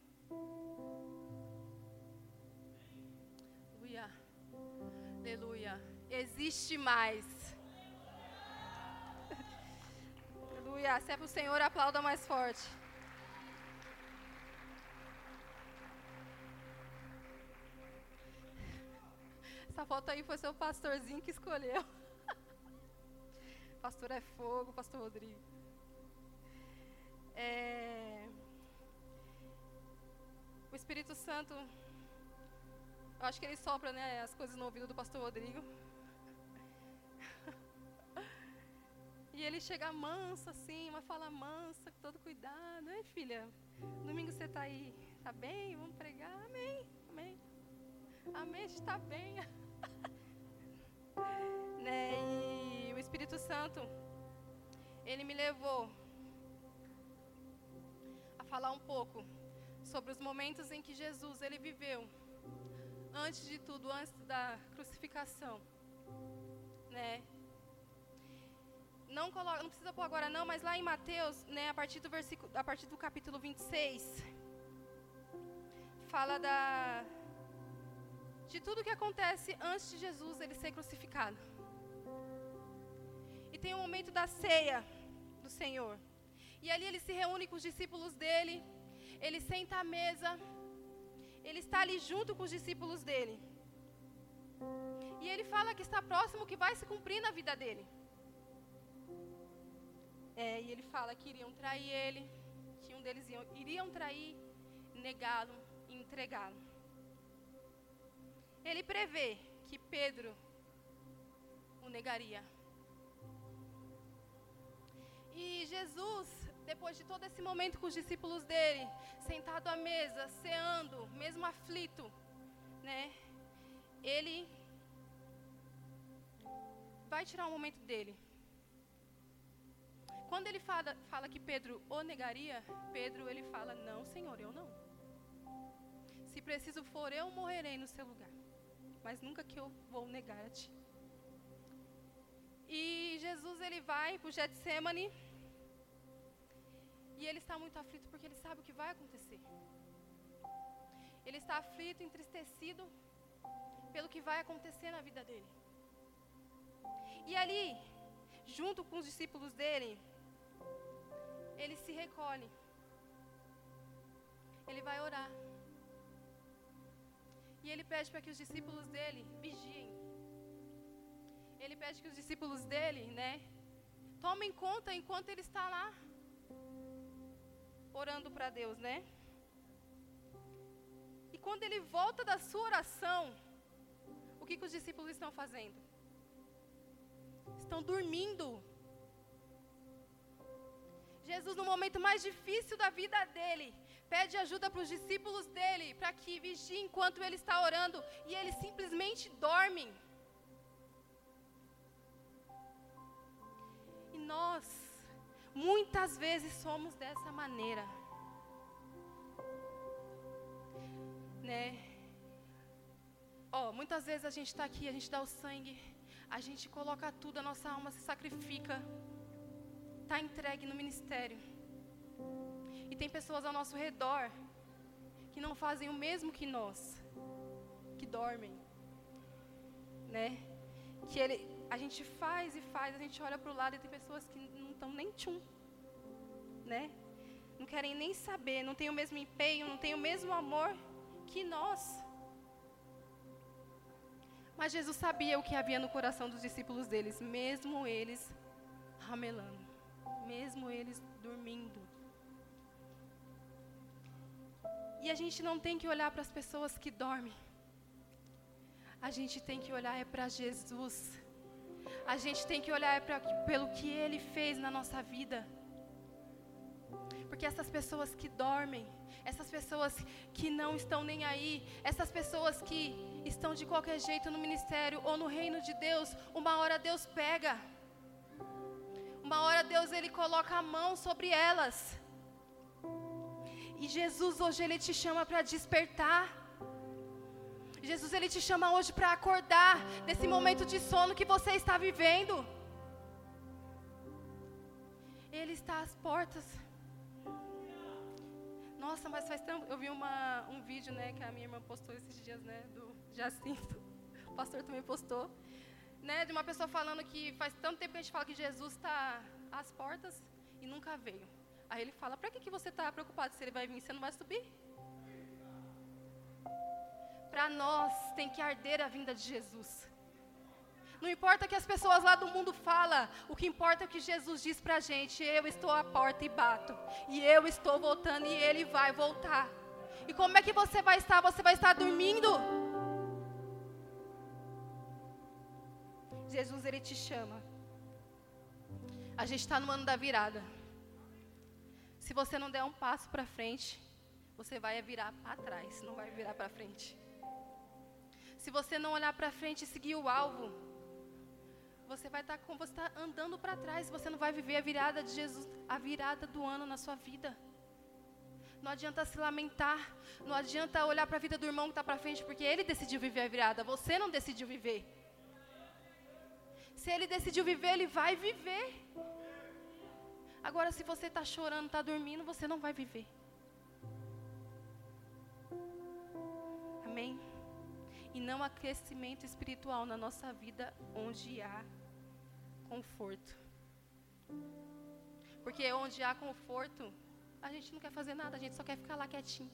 Aleluia. Aleluia. Existe mais. Aleluia. Se é para o Senhor, aplauda mais forte. Essa foto aí foi seu pastorzinho que escolheu. Pastor é fogo, pastor Rodrigo. O Espírito Santo, eu acho que ele sopra, né, as coisas no ouvido do pastor Rodrigo. E ele chega manso assim, uma fala mansa, com todo cuidado. Ei, filha, domingo você está aí, tá bem? Vamos pregar? Amém, amém. Amém, a gente está bem. Né, e o Espírito Santo, ele me levou a falar um pouco sobre os momentos em que Jesus, ele viveu, antes de tudo, antes da crucificação, né? Não precisa pôr agora não, mas lá em Mateus, né, a partir do capítulo 26, fala de tudo que acontece antes de Jesus ele ser crucificado. E tem o momento da ceia do Senhor. E ali ele se reúne com os discípulos dele, ele senta à mesa, ele está ali junto com os discípulos dele. E ele fala que está próximo, que vai se cumprir na vida dele. E ele fala que iriam trair ele, que um deles iriam trair, negá-lo e entregá-lo. Ele prevê que Pedro o negaria. E Jesus, depois de todo esse momento com os discípulos dele, sentado à mesa, ceando, mesmo aflito, né? Ele vai tirar um momento dele. Quando ele fala que Pedro o negaria, Pedro ele fala, não, Senhor, eu não. Se preciso for, eu morrerei no seu lugar. Mas nunca que eu vou negar a ti. E Jesus, ele vai para o Getsemane. E ele está muito aflito porque ele sabe o que vai acontecer. Ele está aflito, entristecido pelo que vai acontecer na vida dele. E ali, junto com os discípulos dele, ele se recolhe. Ele vai orar. E ele pede para que os discípulos dele vigiem. Ele pede que os discípulos dele, né, tomem conta enquanto ele está lá orando para Deus, né? E quando ele volta da sua oração, o que os discípulos estão fazendo? Estão dormindo. Jesus, no momento mais difícil da vida dele, pede ajuda para os discípulos dele, para que vigiem enquanto ele está orando, e eles simplesmente dormem. muitas vezes somos dessa maneira, né? Muitas vezes a gente está aqui, a gente dá o sangue, a gente coloca tudo, a nossa alma se sacrifica, está entregue no ministério. E tem pessoas ao nosso redor que não fazem o mesmo que nós, que dormem, né? A gente faz e faz, a gente olha para o lado e tem pessoas que não estão nem tchum, né? Não querem nem saber, não tem o mesmo empenho, não tem o mesmo amor que nós. Mas Jesus sabia o que havia no coração dos discípulos deles, mesmo eles ramelando, mesmo eles dormindo. E a gente não tem que olhar para as pessoas que dormem. A gente tem que olhar para Jesus. A gente tem que olhar pelo que Ele fez na nossa vida. Porque essas pessoas que dormem, essas pessoas que não estão nem aí, essas pessoas que estão de qualquer jeito no ministério ou no reino de Deus, uma hora Deus pega. Uma hora Deus, Ele coloca a mão sobre elas. E Jesus hoje, Ele te chama para despertar. Jesus, Ele te chama hoje para acordar desse momento de sono que você está vivendo. Ele está às portas. Nossa, mas faz tempo. Eu vi um vídeo, né, que a minha irmã postou esses dias, né, do Jacinto. O pastor também postou, né, de uma pessoa falando que faz tanto tempo que a gente fala que Jesus está às portas e nunca veio. Aí ele fala: para que você está preocupado se ele vai vir? Você não vai subir? Para nós tem que arder a vinda de Jesus. Não importa o que as pessoas lá do mundo falam, o que importa é o que Jesus diz para a gente: eu estou à porta e bato, e eu estou voltando e Ele vai voltar. E como é que você vai estar? Você vai estar dormindo? Jesus, Ele te chama. A gente está no ano da virada. Se você não der um passo para frente, você vai virar para trás, não vai virar para frente. Se você não olhar para frente e seguir o alvo, você vai estar como você está andando para trás. Você não vai viver a virada de Jesus, a virada do ano na sua vida. Não adianta se lamentar, não adianta olhar para a vida do irmão que está para frente, porque ele decidiu viver a virada, você não decidiu viver. Se ele decidiu viver, ele vai viver. Agora, se você está chorando, está dormindo, você não vai viver. Amém? E não há crescimento espiritual na nossa vida onde há conforto. Porque onde há conforto, a gente não quer fazer nada, a gente só quer ficar lá quietinho.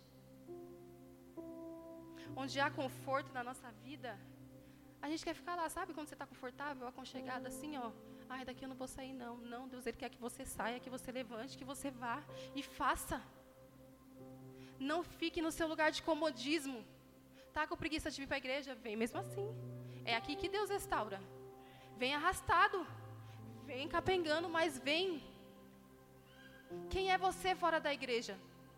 Onde há conforto na nossa vida, a gente quer ficar lá, sabe quando você está confortável, aconchegado assim, ó. Ai, daqui eu não vou sair não. Não, Deus, Ele quer que você saia, que você levante, que você vá e faça. Não fique no seu lugar de comodismo. Tá com preguiça de vir para a igreja? Vem mesmo assim. É aqui que Deus restaura. Vem arrastado. Vem capengando, mas vem. Quem é você fora da igreja?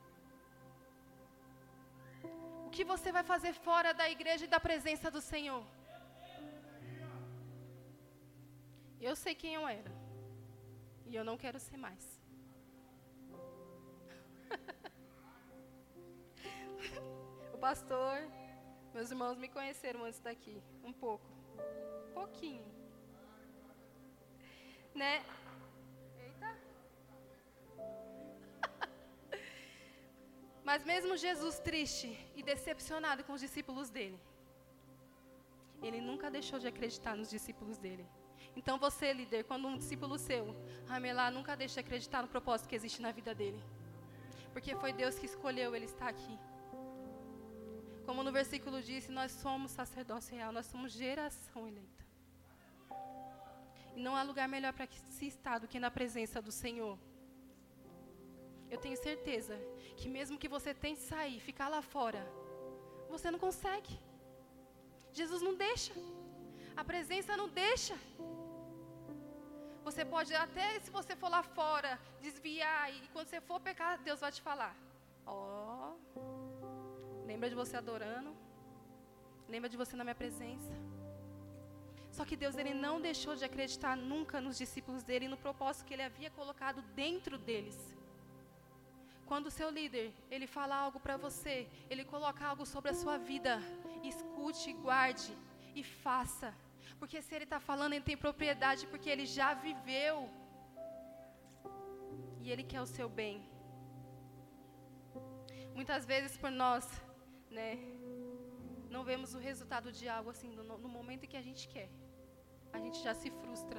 O que você vai fazer fora da igreja e da presença do Senhor? Eu sei quem eu era. E eu não quero ser mais. O pastor, meus irmãos me conheceram antes daqui, um pouco. Pouquinho. Né? Eita. Mas mesmo Jesus triste e decepcionado com os discípulos dele, ele nunca deixou de acreditar nos discípulos dele. Então você, líder, quando um discípulo seu ramelar, nunca deixe de acreditar no propósito que existe na vida dele. Porque foi Deus que escolheu ele estar aqui. Como no versículo disse, nós somos sacerdócio real, nós somos geração eleita. E não há lugar melhor para se estar do que na presença do Senhor. Eu tenho certeza que mesmo que você tente sair, ficar lá fora, você não consegue. Jesus não deixa. A presença não deixa. Você pode até, se você for lá fora, desviar, e quando você for pecar, Deus vai te falar: lembra de você adorando, lembra de você na minha presença. Só que Deus, ele não deixou de acreditar nunca nos discípulos dele e no propósito que ele havia colocado dentro deles. Quando o seu líder, ele fala algo para você, ele coloca algo sobre a sua vida, escute, guarde e faça. Porque se ele está falando, ele tem propriedade, porque ele já viveu. E ele quer o seu bem. Muitas vezes por nós, né, não vemos o resultado de algo assim, no momento em que a gente quer. A gente já se frustra.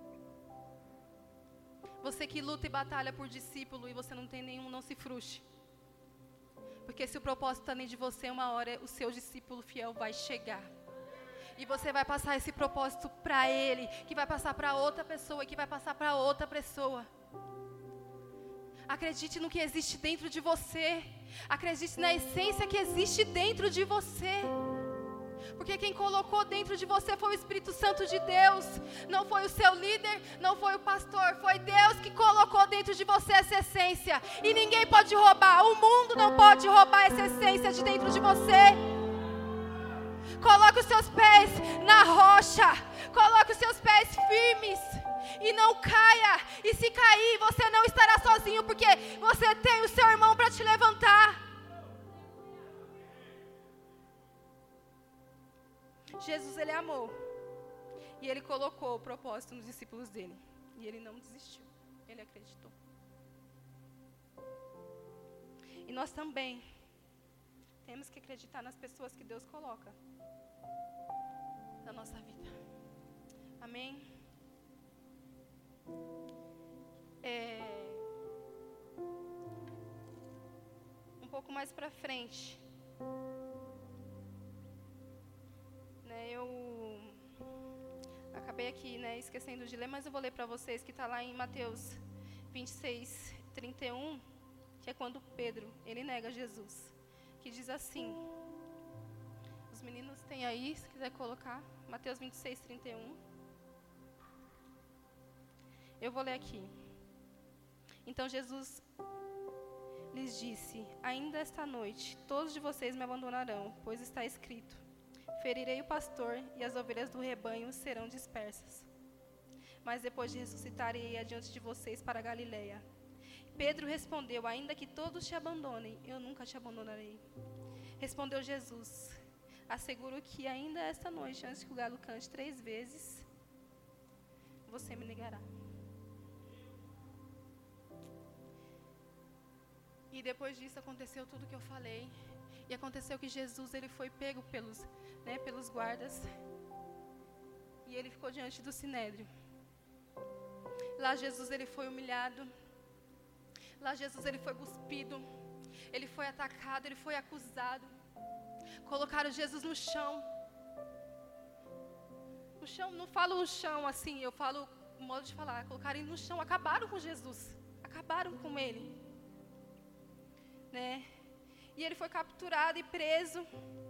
Você que luta e batalha por discípulo e você não tem nenhum, não se frustre. Porque se o propósito está dentro de você, uma hora o seu discípulo fiel vai chegar. E você vai passar esse propósito para ele, que vai passar para outra pessoa, que vai passar para outra pessoa. Acredite no que existe dentro de você. Acredite na essência que existe dentro de você. Porque quem colocou dentro de você foi o Espírito Santo de Deus. Não foi o seu líder, não foi o pastor. Foi Deus que colocou dentro de você essa essência. E ninguém pode roubar. O mundo não pode roubar essa essência de dentro de você. Coloque os seus pés na rocha. Coloque os seus pés firmes. E não caia. E se cair, você não estará sozinho, porque você tem o seu irmão para te levantar. Jesus, ele amou. E ele colocou o propósito nos discípulos dele. E ele não desistiu. Ele acreditou. E nós também temos que acreditar nas pessoas que Deus coloca na nossa vida. Amém? Um pouco mais para frente, né, eu acabei aqui, né, esquecendo de ler, mas eu vou ler para vocês, que está lá em Mateus 26, 31, que é quando Pedro, ele nega Jesus, que diz assim, os meninos têm aí, se quiser colocar, Mateus 26, 31, eu vou ler aqui. Então Jesus lhes disse, ainda esta noite, todos de vocês me abandonarão, pois está escrito, ferirei o pastor e as ovelhas do rebanho serão dispersas. Mas depois de ressuscitar, irei adiante de vocês para a Galileia. Pedro respondeu, ainda que todos te abandonem, eu nunca te abandonarei. Respondeu Jesus, asseguro que ainda esta noite, antes que o galo cante 3 vezes, você me negará. E depois disso aconteceu tudo que eu falei. E aconteceu que Jesus, ele foi pego pelos guardas. E ele ficou diante do sinédrio. Lá Jesus, ele foi humilhado. Lá Jesus, ele foi cuspido. Ele foi atacado, ele foi acusado. Colocaram Jesus no chão. No chão, não falo no chão assim, eu falo o modo de falar. Colocaram ele no chão, acabaram com Jesus. Acabaram com ele. Né? E ele foi capturado e preso.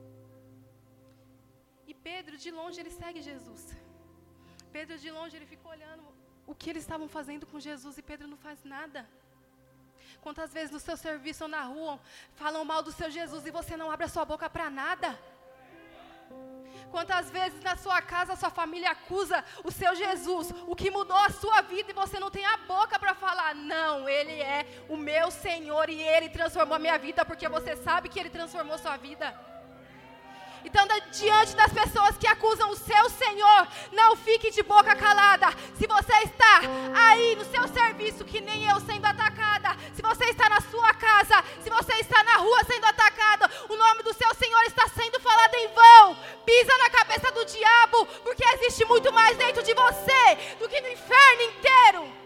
E Pedro, de longe, ele segue Jesus. Pedro, de longe, ele fica olhando o que eles estavam fazendo com Jesus e Pedro não faz nada. Quantas vezes no seu serviço ou na rua falam mal do seu Jesus e você não abre a sua boca para nada? Quantas vezes na sua casa a sua família acusa o seu Jesus, o que mudou a sua vida e você não tem a boca para falar, não, Ele é o meu Senhor e Ele transformou a minha vida, porque você sabe que Ele transformou sua vida. Então, diante das pessoas que acusam o seu Senhor, não fique de boca calada. Se você está aí no seu serviço, que nem eu, sendo atacada, se você está na sua casa, se você está na rua sendo atacada, o nome do seu Senhor está sendo falado em vão. Pisa na cabeça do diabo, porque existe muito mais dentro de você do que no inferno inteiro.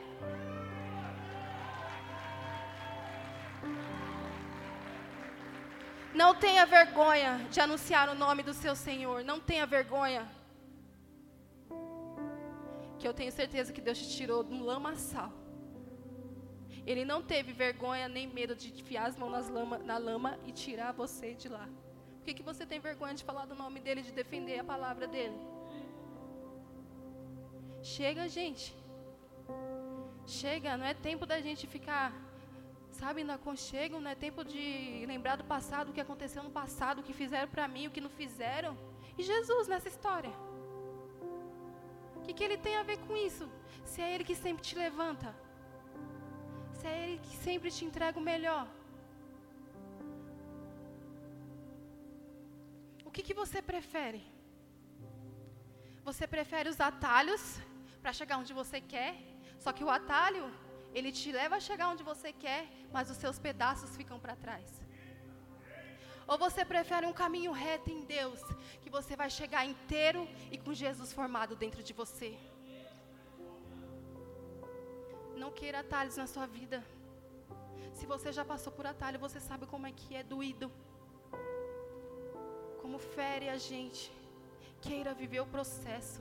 Não tenha vergonha de anunciar o nome do seu Senhor. Não tenha vergonha. Que eu tenho certeza que Deus te tirou de um lamaçal. Ele não teve vergonha nem medo de enfiar as mãos na lama e tirar você de lá. Por que você tem vergonha de falar do nome dele, de defender a palavra dele? Chega, gente. Chega, não é tempo da gente ficar... Sabe, no aconchego, não é tempo de lembrar do passado, o que aconteceu no passado, o que fizeram para mim, o que não fizeram. E Jesus nessa história. O que ele tem a ver com isso? Se é Ele que sempre te levanta, se é Ele que sempre te entrega o melhor. O que você prefere? Você prefere os atalhos para chegar onde você quer? Só que o atalho, ele te leva a chegar onde você quer, mas os seus pedaços ficam para trás. Ou você prefere um caminho reto em Deus, que você vai chegar inteiro e com Jesus formado dentro de você? Não queira atalhos na sua vida. Se você já passou por atalho, você sabe como é que é doído. Como fere a gente. Queira viver o processo.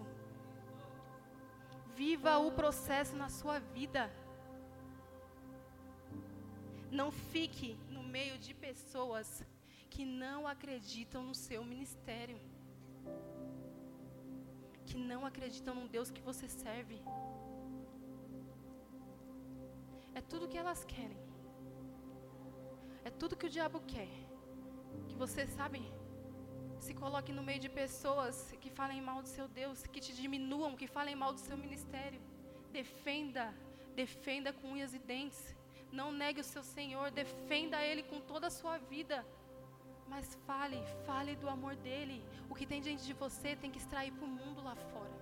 Viva o processo na sua vida. Não fique no meio de pessoas que não acreditam no seu ministério, que não acreditam no Deus que você serve. É tudo que elas querem. É tudo que o diabo quer. Que você, sabe, se coloque no meio de pessoas que falem mal do seu Deus, que te diminuam, que falem mal do seu ministério. Defenda com unhas e dentes. Não negue o seu Senhor, defenda Ele com toda a sua vida. Mas fale do amor dEle. O que tem diante de você tem que extrair para o mundo lá fora.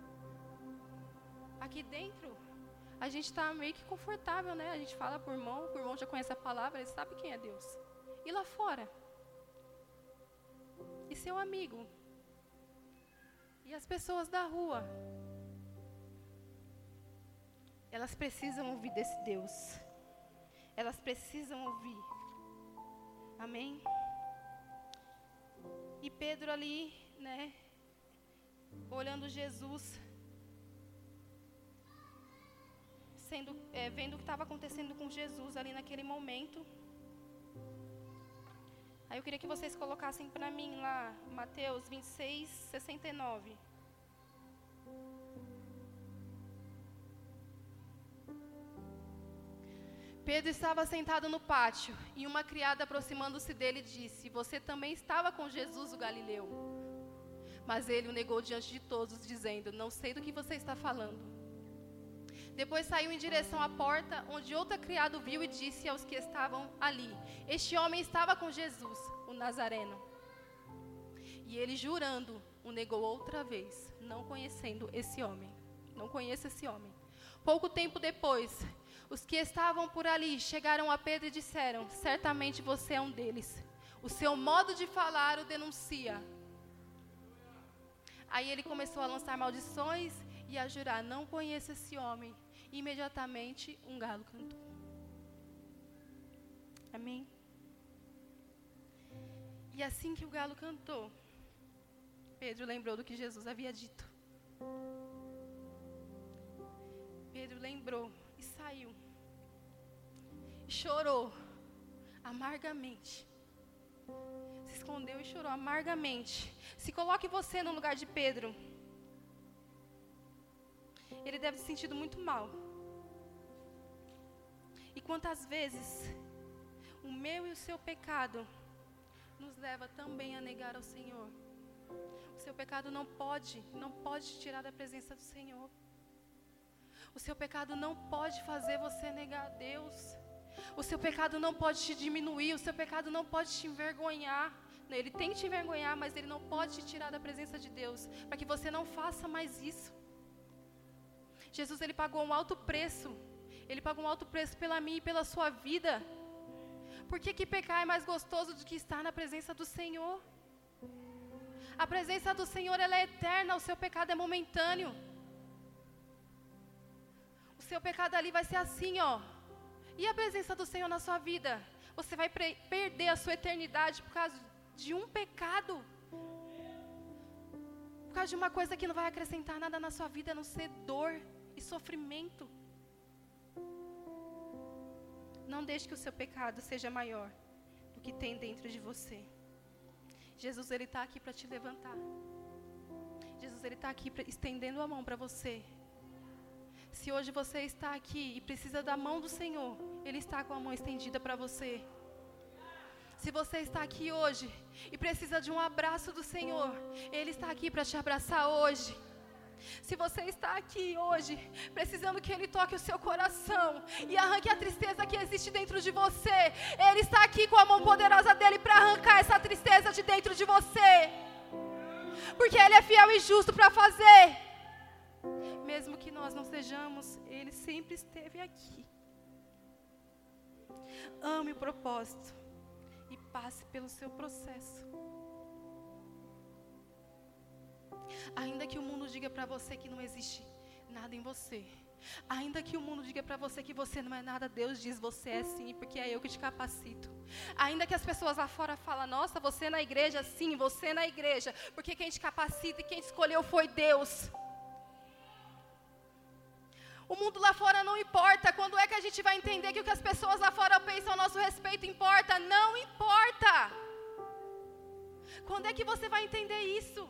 Aqui dentro, a gente está meio que confortável, né? A gente fala por irmão, o irmão já conhece a palavra, ele sabe quem é Deus. E lá fora? E seu amigo? E as pessoas da rua? Elas precisam ouvir desse Deus. Elas precisam ouvir. Amém? E Pedro ali, né, olhando Jesus, vendo o que estava acontecendo com Jesus ali naquele momento. Aí eu queria que vocês colocassem para mim lá, Mateus 26, 69. Pedro estava sentado no pátio, e uma criada aproximando-se dele disse: você também estava com Jesus o Galileu. Mas ele o negou diante de todos, dizendo: não sei do que você está falando. Depois saiu em direção à porta, onde outro criado viu e disse aos que estavam ali: este homem estava com Jesus, o Nazareno. E ele, jurando, o negou outra vez, não conhecendo esse homem. Não conheço esse homem. Pouco tempo depois, os que estavam por ali chegaram a Pedro e disseram: certamente você é um deles. O seu modo de falar o denuncia. Aí ele começou a lançar maldições e a jurar: não conheço esse homem. E imediatamente um galo cantou. Amém? E assim que o galo cantou, Pedro lembrou do que Jesus havia dito. Pedro lembrou e saiu. E chorou amargamente. Se escondeu e chorou amargamente. Se coloque você no lugar de Pedro. Ele deve ter sentido muito mal. E quantas vezes o meu e o seu pecado nos leva também a negar ao Senhor. O seu pecado não pode te tirar da presença do Senhor. O seu pecado não pode fazer você negar a Deus. O seu pecado não pode te diminuir. O seu pecado não pode te envergonhar. Ele tem que te envergonhar, mas ele não pode te tirar da presença de Deus, para que você não faça mais isso. Jesus, ele pagou um alto preço. Ele pagou um alto preço pela minha e pela sua vida. Por que pecar é mais gostoso do que estar na presença do Senhor? A presença do Senhor, ela é eterna, o seu pecado é momentâneo. O seu pecado ali vai ser assim, ó. E a presença do Senhor na sua vida? Você vai perder a sua eternidade por causa de um pecado. Por causa de uma coisa que não vai acrescentar nada na sua vida, a não ser dor e sofrimento. Não deixe que o seu pecado seja maior do que tem dentro de você. Jesus, ele está aqui para te levantar. Jesus, ele está aqui estendendo a mão para você. Se hoje você está aqui e precisa da mão do Senhor, ele está com a mão estendida para você. Se você está aqui hoje e precisa de um abraço do Senhor, ele está aqui para te abraçar hoje. Se você está aqui hoje, precisando que Ele toque o seu coração e arranque a tristeza que existe dentro de você, Ele está aqui com a mão poderosa dEle para arrancar essa tristeza de dentro de você. Porque Ele é fiel e justo para fazer. Mesmo que nós não sejamos, Ele sempre esteve aqui. Ame o propósito e passe pelo seu processo. Ainda que o mundo diga para você que não existe nada em você, ainda que o mundo diga para você que você não é nada, Deus diz: você é sim, porque é eu que te capacito. Ainda que as pessoas lá fora falam: nossa, você na igreja, sim, você na igreja, porque quem te capacita e quem te escolheu foi Deus. O mundo lá fora não importa. Quando é que a gente vai entender que o que as pessoas lá fora pensam a nosso respeito importa? Não importa. Quando é que você vai entender isso?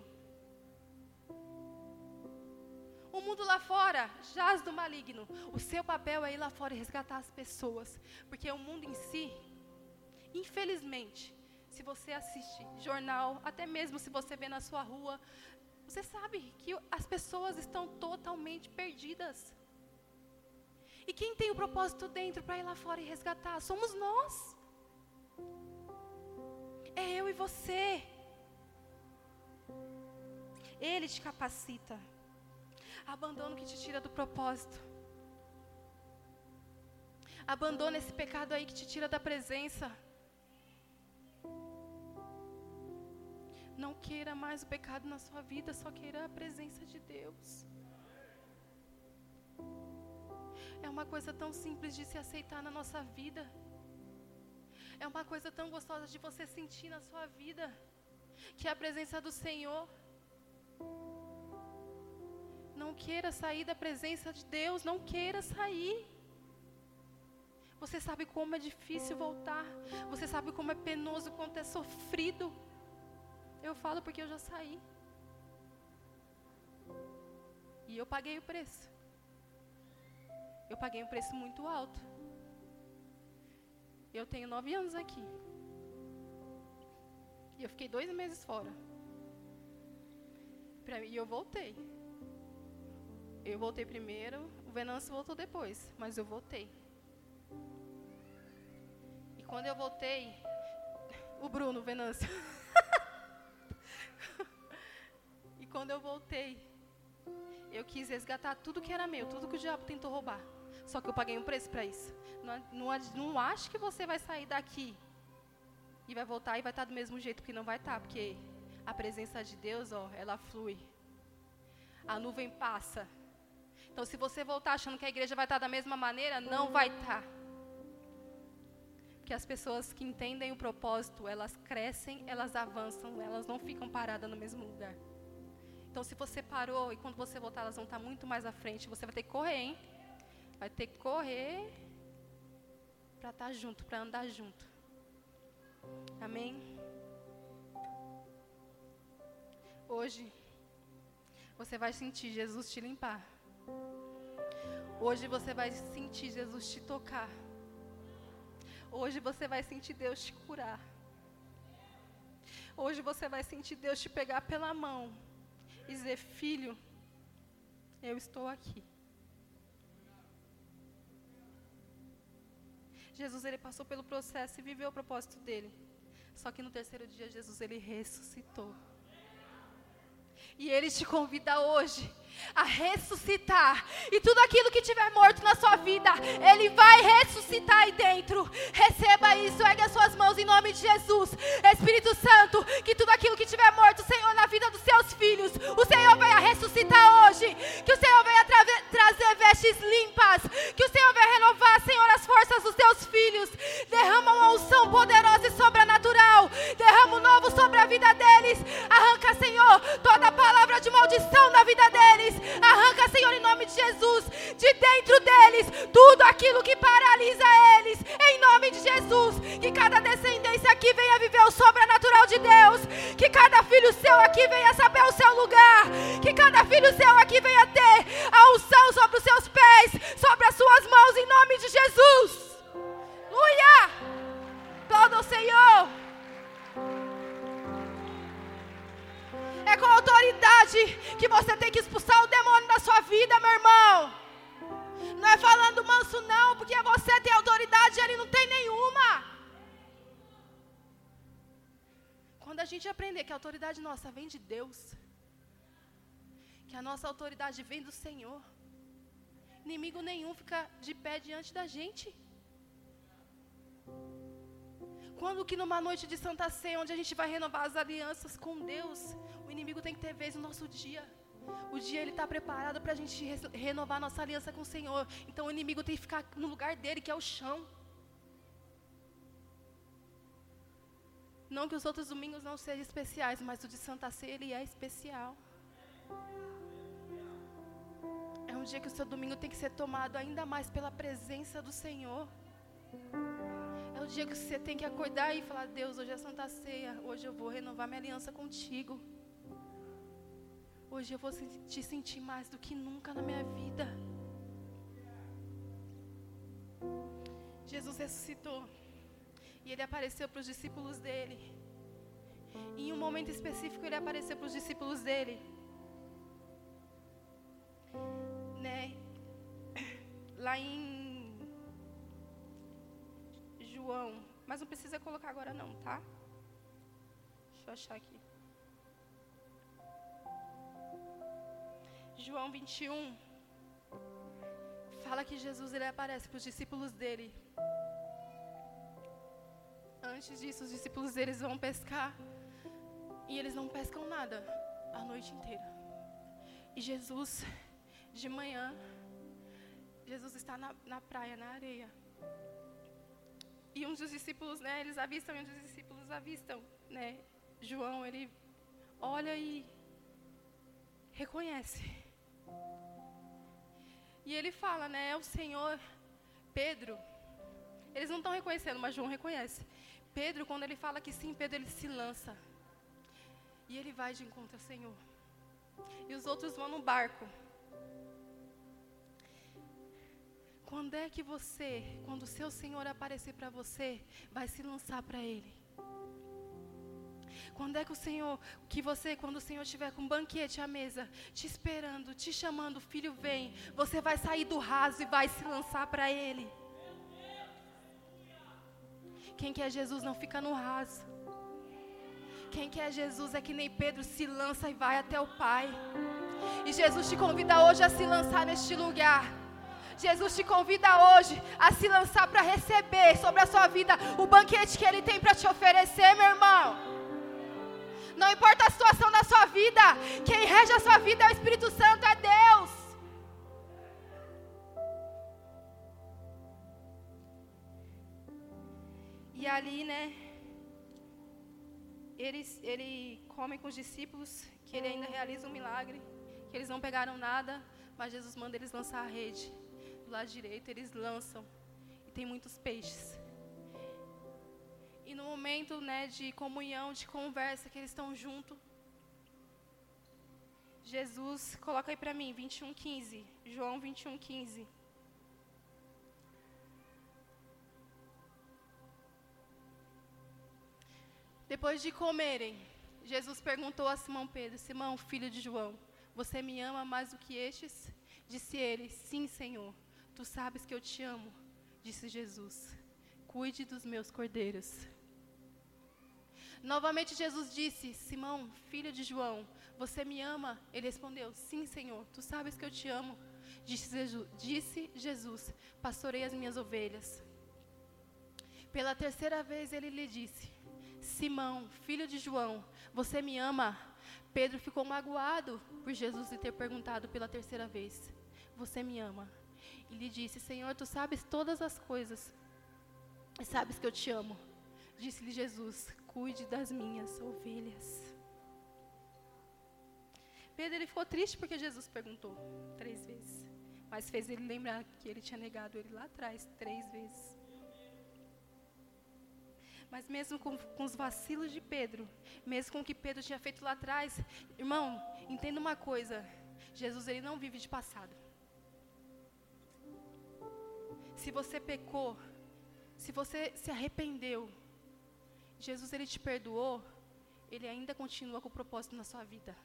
O mundo lá fora jaz do maligno. O seu papel é ir lá fora e resgatar as pessoas. Porque o mundo em si, infelizmente, se você assiste jornal, até mesmo se você vê na sua rua, você sabe que as pessoas estão totalmente perdidas. E quem tem o propósito dentro para ir lá fora e resgatar? Somos nós. É eu e você. Ele te capacita. Abandona o que te tira do propósito. Abandona esse pecado aí que te tira da presença. Não queira mais o pecado na sua vida, só queira a presença de Deus. É uma coisa tão simples de se aceitar na nossa vida. É uma coisa tão gostosa de você sentir na sua vida, que é a presença do Senhor. Não queira sair da presença de Deus, não queira sair. Você sabe como é difícil voltar. Você sabe como é penoso, quanto é sofrido. Eu falo porque eu já saí. E eu paguei o preço. Eu paguei um preço muito alto. Eu tenho 9 anos aqui. E eu fiquei 2 meses fora. E eu voltei. Eu voltei primeiro, o Venâncio voltou depois, mas eu voltei. E quando eu voltei, o Bruno, o Venâncio. E quando eu voltei, eu quis resgatar tudo que era meu, tudo que o diabo tentou roubar. Só que eu paguei um preço para isso. Não acho que você vai sair daqui e vai voltar e vai estar do mesmo jeito, que não vai estar, porque a presença de Deus, ó, ela flui. A nuvem passa. Então, se você voltar achando que a igreja vai estar da mesma maneira, não vai estar. Porque as pessoas que entendem o propósito, elas crescem, elas avançam, elas não ficam paradas no mesmo lugar. Então, se você parou e quando você voltar, elas vão estar muito mais à frente, você vai ter que correr, hein? Vai ter que correr para estar junto, para andar junto. Amém? Hoje, você vai sentir Jesus te limpar. Hoje você vai sentir Jesus te tocar. Hoje você vai sentir Deus te curar. Hoje você vai sentir Deus te pegar pela mão e dizer: filho, eu estou aqui. Jesus, ele passou pelo processo e viveu o propósito dele. Só que no 3º dia, Jesus, ele ressuscitou. E Ele te convida hoje a ressuscitar. E tudo aquilo que tiver morto na sua vida, Ele vai ressuscitar aí dentro. Receba isso, ergue as suas mãos em nome de Jesus. Espírito Santo, que tudo aquilo que tiver morto, Senhor, na vida dos seus filhos, o Senhor venha ressuscitar hoje. Que o Senhor venha trazer vestes limpas. Que o Senhor venha renovar, Senhor, as forças dos teus filhos. Derrama uma unção poderosa e sobrenatural. Derrama um novo sobre a vida deles. Arranca, Senhor, toda palavra de maldição na vida deles. Arranca, Senhor, em nome de Jesus, de dentro deles, tudo aquilo que paralisa eles, em nome de Jesus. Que cada descendência aqui venha viver o sobrenatural de Deus. Que cada filho seu aqui venha saber o seu lugar. Que cada filho seu aqui venha ter a unção sobre os seus pés, sobre as suas mãos, em nome de Jesus. Aleluia! Aplauda o Senhor. É com autoridade que você tem que expulsar o demônio posso não, porque você tem autoridade e ele não tem nenhuma. Quando a gente aprender que a autoridade nossa vem de Deus, que a nossa autoridade vem do Senhor, inimigo nenhum fica de pé diante da gente. Quando que numa noite de Santa Ceia, onde a gente vai renovar as alianças com Deus, o inimigo tem que ter vez no nosso dia. O dia ele está preparado para a gente renovar nossa aliança com o Senhor. Então o inimigo tem que ficar no lugar dele, que é o chão. Não que os outros domingos não sejam especiais, mas o de Santa Ceia ele é especial. É um dia que o seu domingo tem que ser tomado ainda mais pela presença do Senhor. É o dia que você tem que acordar e falar: Deus, hoje é Santa Ceia, hoje eu vou renovar minha aliança contigo. Hoje eu vou te sentir mais do que nunca na minha vida. Jesus ressuscitou e ele apareceu para os discípulos dele. E em um momento específico ele apareceu para os discípulos dele, né? Lá em João, mas não precisa colocar agora não, tá? Deixa eu achar aqui. João 21 fala que Jesus ele aparece para os discípulos dele. Antes disso, os discípulos deles vão pescar e eles não pescam nada a noite inteira. E Jesus, de manhã, Jesus está na praia, na areia. E um dos discípulos, né, eles avistam, e um dos discípulos avistam, né? João, ele olha e reconhece. E ele fala, né, é o Senhor. Pedro, eles não estão reconhecendo, mas João reconhece. Pedro, quando ele fala que sim, Pedro, ele se lança. E ele vai de encontro ao Senhor. E os outros vão no barco. Quando é que você, quando o seu Senhor aparecer para você, vai se lançar para Ele? Quando é que o Senhor, quando o Senhor estiver com um banquete à mesa, te esperando, te chamando, filho, vem, você vai sair do raso e vai se lançar para Ele. Quem quer Jesus não fica no raso. Quem quer Jesus é que nem Pedro, se lança e vai até o Pai. E Jesus te convida hoje a se lançar neste lugar. Jesus te convida hoje a se lançar para receber sobre a sua vida o banquete que Ele tem para te oferecer, meu irmão. Não importa a situação da sua vida, quem rege a sua vida é o Espírito Santo, é Deus. E ali, né, ele come com os discípulos, que ele ainda realiza um milagre, que eles não pegaram nada, mas Jesus manda eles lançar a rede. Do lado direito eles lançam, e tem muitos peixes. E no momento, né, de comunhão, de conversa, que eles estão juntos, Jesus, coloca aí para mim, 21:15, João 21:15. Depois de comerem, Jesus perguntou a Simão Pedro: Simão, filho de João, você me ama mais do que estes? Disse ele: sim, Senhor, tu sabes que eu te amo. Disse Jesus: cuide dos meus cordeiros. Novamente Jesus disse: Simão, filho de João, você me ama? Ele respondeu: sim, Senhor, tu sabes que eu te amo. Disse Jesus: pastorei as minhas ovelhas. Pela terceira vez ele lhe disse: Simão, filho de João, você me ama? Pedro ficou magoado por Jesus lhe ter perguntado pela terceira vez: você me ama? E lhe disse: Senhor, tu sabes todas as coisas e sabes que eu te amo. Disse-lhe Jesus: cuide das minhas ovelhas. Pedro ele ficou triste porque Jesus perguntou 3 vezes, mas fez ele lembrar que ele tinha negado ele lá atrás 3 vezes. Mas mesmo com os vacilos de Pedro, mesmo com o que Pedro tinha feito lá atrás, irmão, entenda uma coisa: Jesus ele não vive de passado. Se você pecou, se você se arrependeu, Jesus ele te perdoou, Ele ainda continua com o propósito na sua vida.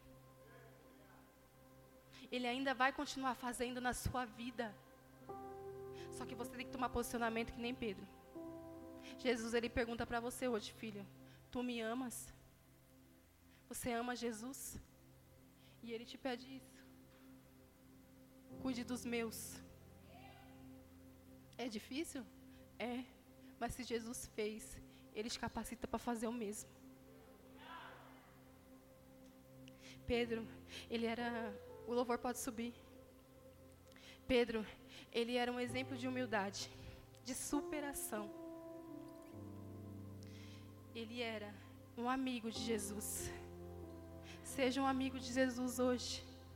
Ele ainda vai continuar fazendo na sua vida. Só que você tem que tomar posicionamento que nem Pedro. Jesus, ele pergunta para você hoje, filho, tu me amas? Você ama Jesus? E ele te pede isso. Cuide dos meus. É difícil? É. Mas se Jesus fez, ele te capacita para fazer o mesmo. Pedro, ele era... O louvor pode subir. Pedro, ele era um exemplo de humildade, de superação. Ele era um amigo de Jesus. Seja um amigo de Jesus hoje.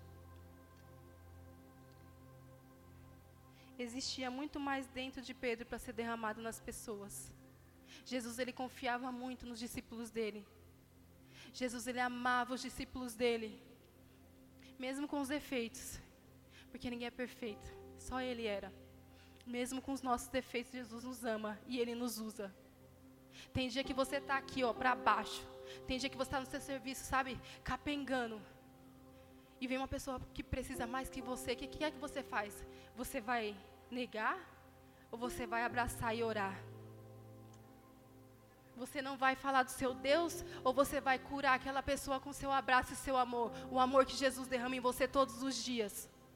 Existia muito mais dentro de Pedro para ser derramado nas pessoas. Jesus, ele confiava muito nos discípulos dele. Jesus, ele amava os discípulos dele, mesmo com os defeitos, porque ninguém é perfeito, só ele era. Mesmo com os nossos defeitos, Jesus nos ama e ele nos usa. Tem dia que você está aqui, ó, para baixo. Tem dia que você está no seu serviço, sabe, capengando. E vem uma pessoa que precisa mais que você. O que é que você faz? Você vai negar? Ou você vai abraçar e orar? Você não vai falar do seu Deus? Ou você vai curar aquela pessoa com seu abraço e seu amor? O amor que Jesus derrama em você todos os dias.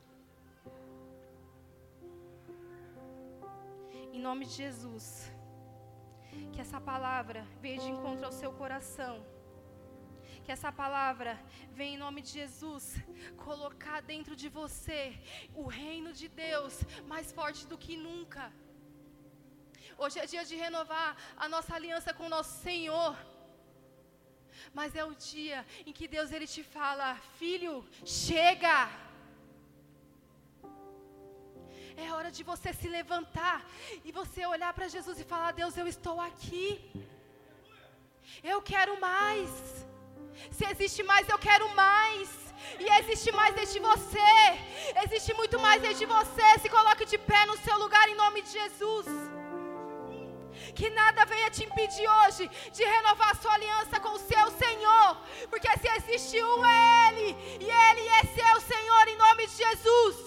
Em nome de Jesus. Que essa palavra venha de encontro ao seu coração. Que essa palavra venha em nome de Jesus colocar dentro de você o reino de Deus mais forte do que nunca. Hoje é dia de renovar a nossa aliança com o nosso Senhor. Mas é o dia em que Deus ele te fala: filho, chega. É hora de você se levantar e você olhar para Jesus e falar: Deus, eu estou aqui. Eu quero mais. Se existe mais, eu quero mais. E existe mais dentro de você. Existe muito mais dentro de você. Se coloque de pé no seu lugar em nome de Jesus. Que nada venha te impedir hoje de renovar a sua aliança com o seu Senhor. Porque se existe um, é Ele. E Ele é seu Senhor em nome de Jesus.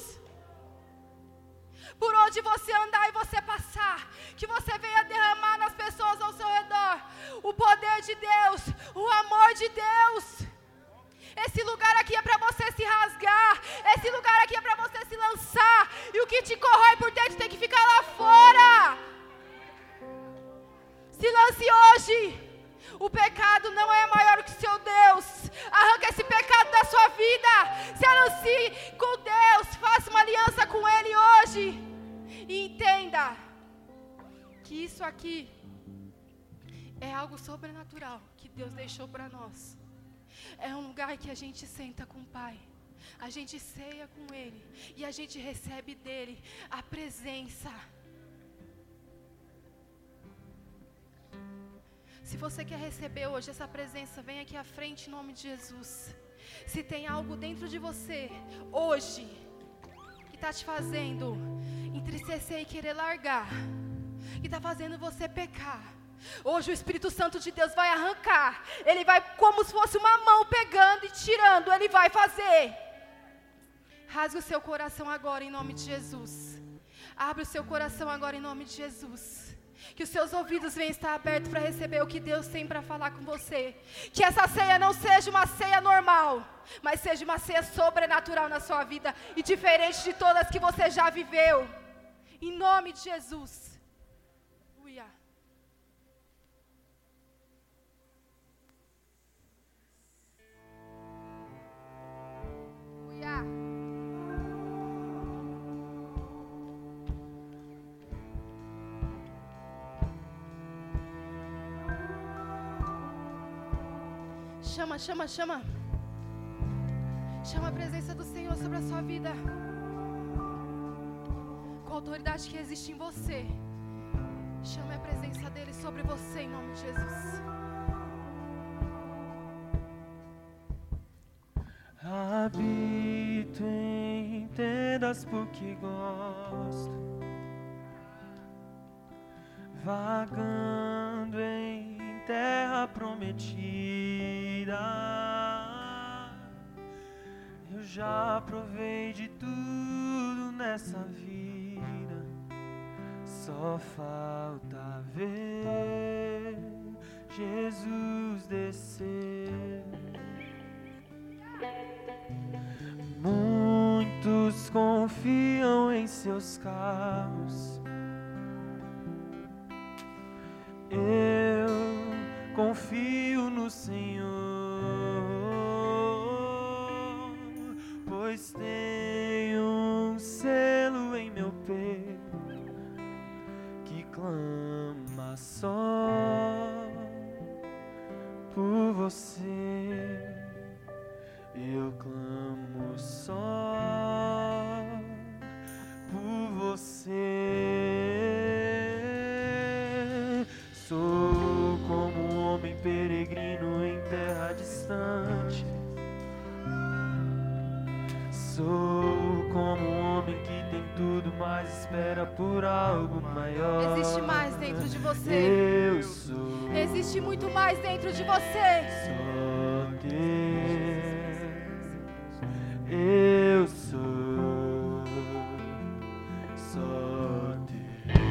Por onde você andar e você passar, que você venha derramar nas pessoas ao seu redor o poder de Deus, o amor de Deus. Esse lugar aqui é para você se rasgar, esse lugar aqui é para você se lançar, e o que te corrói por dentro tem que ficar lá fora. Se lance hoje. O pecado não é maior que o seu Deus. Arranca esse pecado da sua vida. Se alancie com Deus. Faça uma aliança com Ele hoje. E entenda que isso aqui é algo sobrenatural que Deus deixou para nós. É um lugar que a gente senta com o Pai. A gente ceia com Ele. E a gente recebe dEle a presença. Se você quer receber hoje essa presença, vem aqui à frente em nome de Jesus. Se tem algo dentro de você, hoje, que está te fazendo entristecer e querer largar, que está fazendo você pecar, hoje o Espírito Santo de Deus vai arrancar. Ele vai, como se fosse uma mão pegando e tirando, Ele vai fazer. Rasgue o seu coração agora em nome de Jesus. Abre o seu coração agora em nome de Jesus. Que os seus ouvidos venham estar abertos para receber o que Deus tem para falar com você. Que essa ceia não seja uma ceia normal, mas seja uma ceia sobrenatural na sua vida e diferente de todas que você já viveu. Em nome de Jesus. Uia. Uia. Chama, chama, chama. Chama a presença do Senhor sobre a sua vida. Com a autoridade que existe em você. Chame a presença dEle sobre você em nome de Jesus. Habito em tendas porque gosto, vagando em terra prometida. Eu já provei de tudo nessa vida, Só falta ver Jesus descer. Muitos confiam em seus carros. Eu confio no Senhor, pois tenho um selo em meu peito que clama só por você. Eu clamo só por você. Sou como um homem peregrino em terra distante. Sou como um homem que tem tudo, mas espera por algo maior. Existe mais dentro de você. Eu sou. Existe muito mais dentro de você. Só Deus. Eu sou. Só Deus.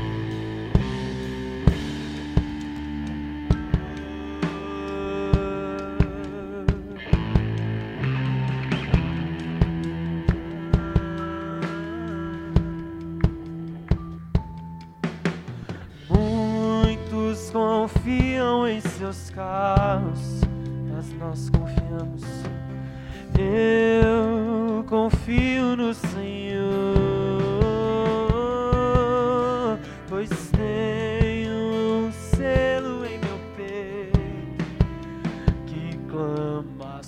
Muitos confiam em seus carros, mas nós confiamos. Eu confio no Senhor, pois tenho um selo em meu peito que clama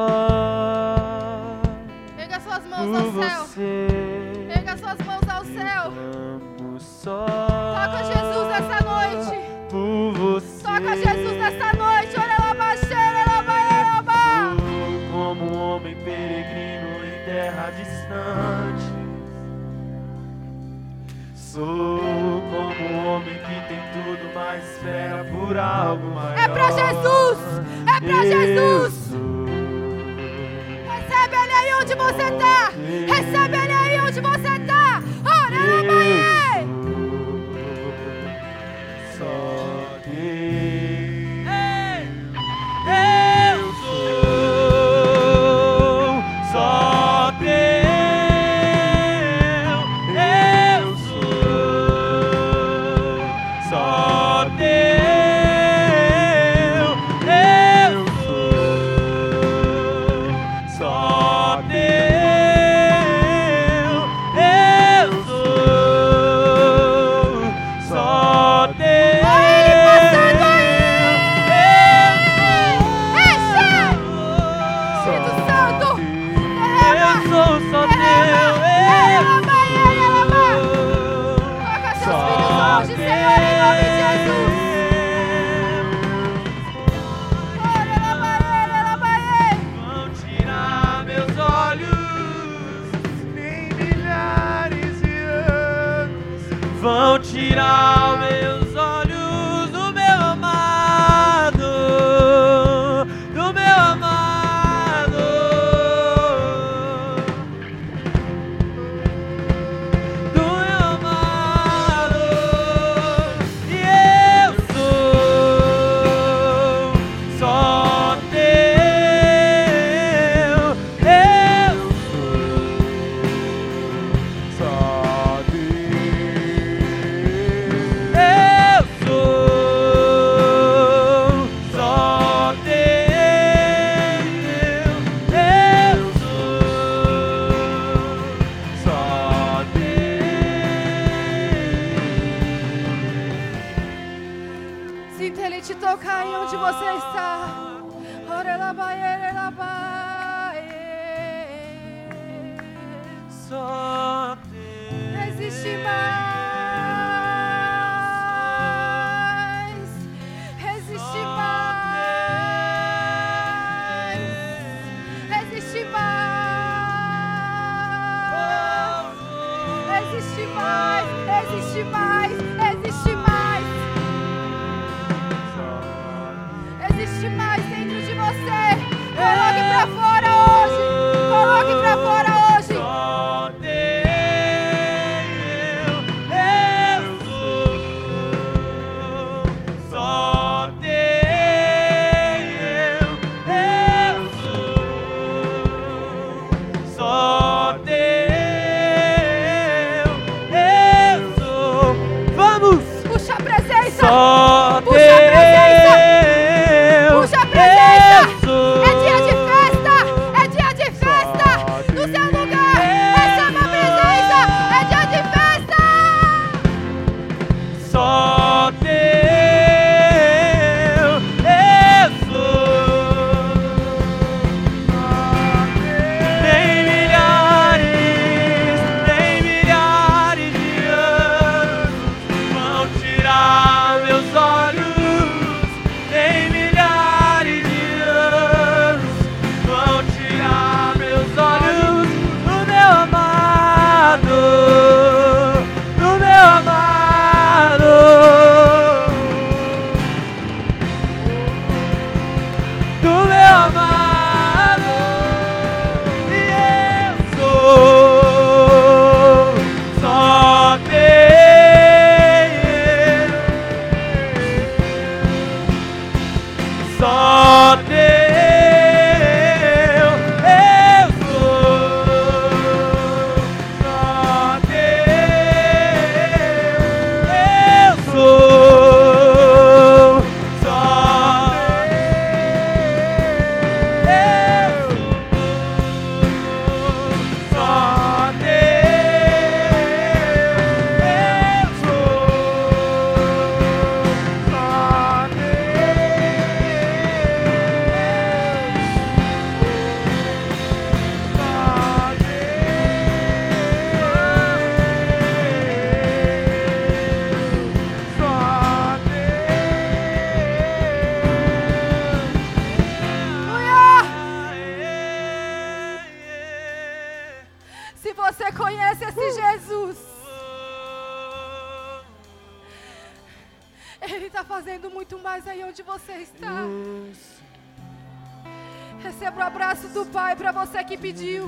só Erga suas mãos por ao céu. você. Erga suas mãos ao céu. Clamo só Toca Jesus essa noite. por você. Toca Jesus nessa noite. Ora lá, baixeira, lá, baixeira, lá. Sou como um homem peregrino em terra distante. Sou como um homem que tem tudo, mas espera por algo maior. É pra Jesus! É pra Jesus! Sou. Recebe Ele aí onde você tá! Recebe Ele aí onde você tá! Ora lá, baixeira. Só Deus. Eu sou só Deus. Eu sou só Deus. Eu sou só Deus. Eu sou só Deus. Espírito Santo! Eu sou só Deus. Toca seus filhos hoje, Senhor, em nome de Jesus! Ora lá, baixeira. Vão tirar meus olhos, Nem milhares de anos. vão tirar meus olhos do meu amado, do meu amado, do meu amado. E eu sou só Deus. Eu Só Sinta Ele te tocar aí onde você está. Ora lá, baixeira, lá, baixeira. só Deus. Existe mais. Existe mais. Existe mais. Existe mais. Existe mais. Existe mais. Existe mais dentro de você. Coloque pra fora hoje. Coloque pra fora hoje. Só Deus, eu sou Só Puxa a presença. Deus. Puxa a presença. Jesus. É dia de festa. É dia de festa. No seu lugar. Receba a presença. É dia de festa. Só Deus, Jesus. Nem milhares de anos vão tirar meus olhos. Nem milhares de anos vão tirar meus olhos do meu amado, do meu amado, do meu amado. E eu sou só Deus, só Deus. Eu sou só Deus. Eu sou só Deus. Só Deus. Se você conhece esse Jesus, Ele está fazendo muito mais aí onde você está. Receba o abraço do Pai para você que pediu.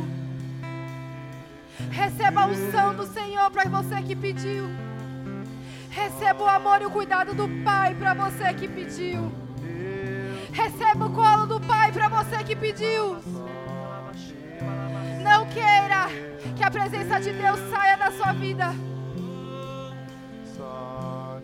Receba a unção do Senhor para você que pediu. Receba o amor e o cuidado do Pai para você que pediu. Receba o colo do Pai para você que pediu. Não queira que a presença de Deus saia da sua vida. Só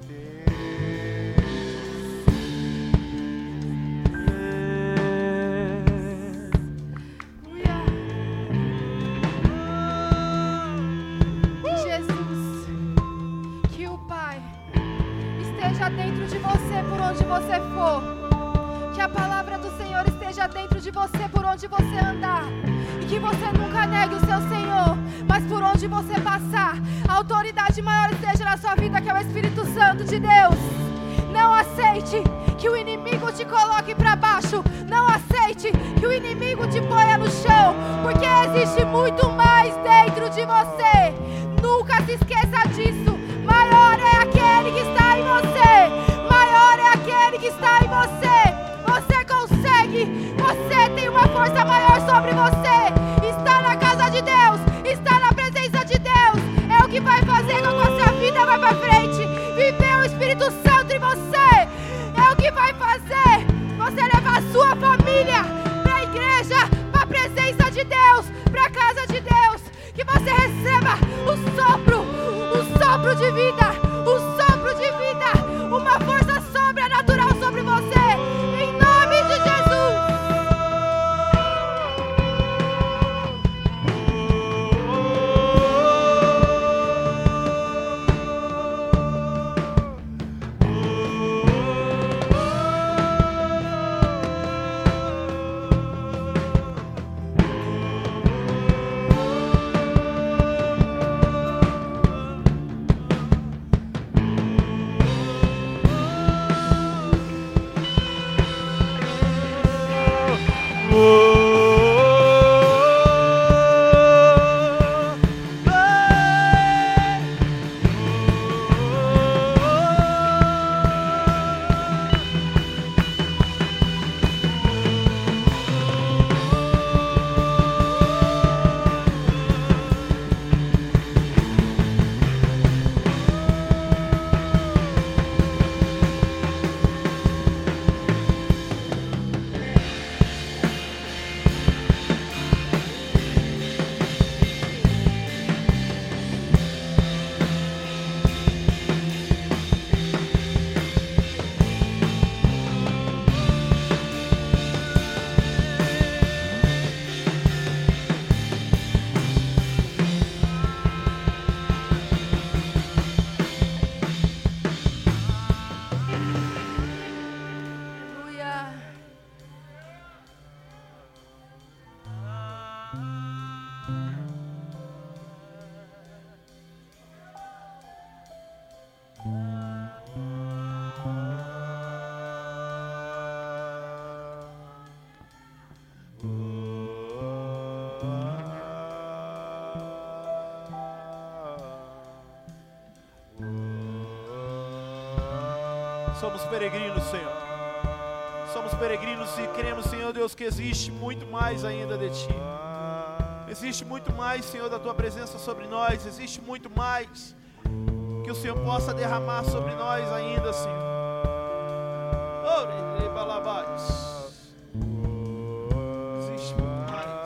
Jesus, que o Pai esteja dentro de você por onde você for. Que a palavra do Senhor esteja dentro de você por onde você andar. E que você nunca negue o seu Senhor, mas por onde você passar, a autoridade maior esteja na sua vida, que é o Espírito Santo de Deus. Não aceite que o inimigo te coloque para baixo. Não aceite que o inimigo te ponha no chão, porque existe muito mais dentro de você. Nunca se esqueça disso. Maior é aquele que está em você. Maior é aquele que está em você. Você consegue. Você tem uma força maior sobre você. Está na casa de Deus. Está na presença de Deus. É o que vai fazer com que a sua vida vá para frente. Viver o Espírito Santo em você. É o que vai fazer você levar a sua família para a igreja, para a presença de Deus, para a casa de Deus. Que você receba o sopro de vida, uma força sobrenatural sobre você, em nome de Jesus. Somos peregrinos, Senhor. Somos peregrinos e cremos, Senhor Deus, que existe muito mais ainda de Ti. Existe muito mais, Senhor, da Tua presença sobre nós. Existe muito mais que o Senhor possa derramar sobre nós ainda, Senhor. Existe muito mais.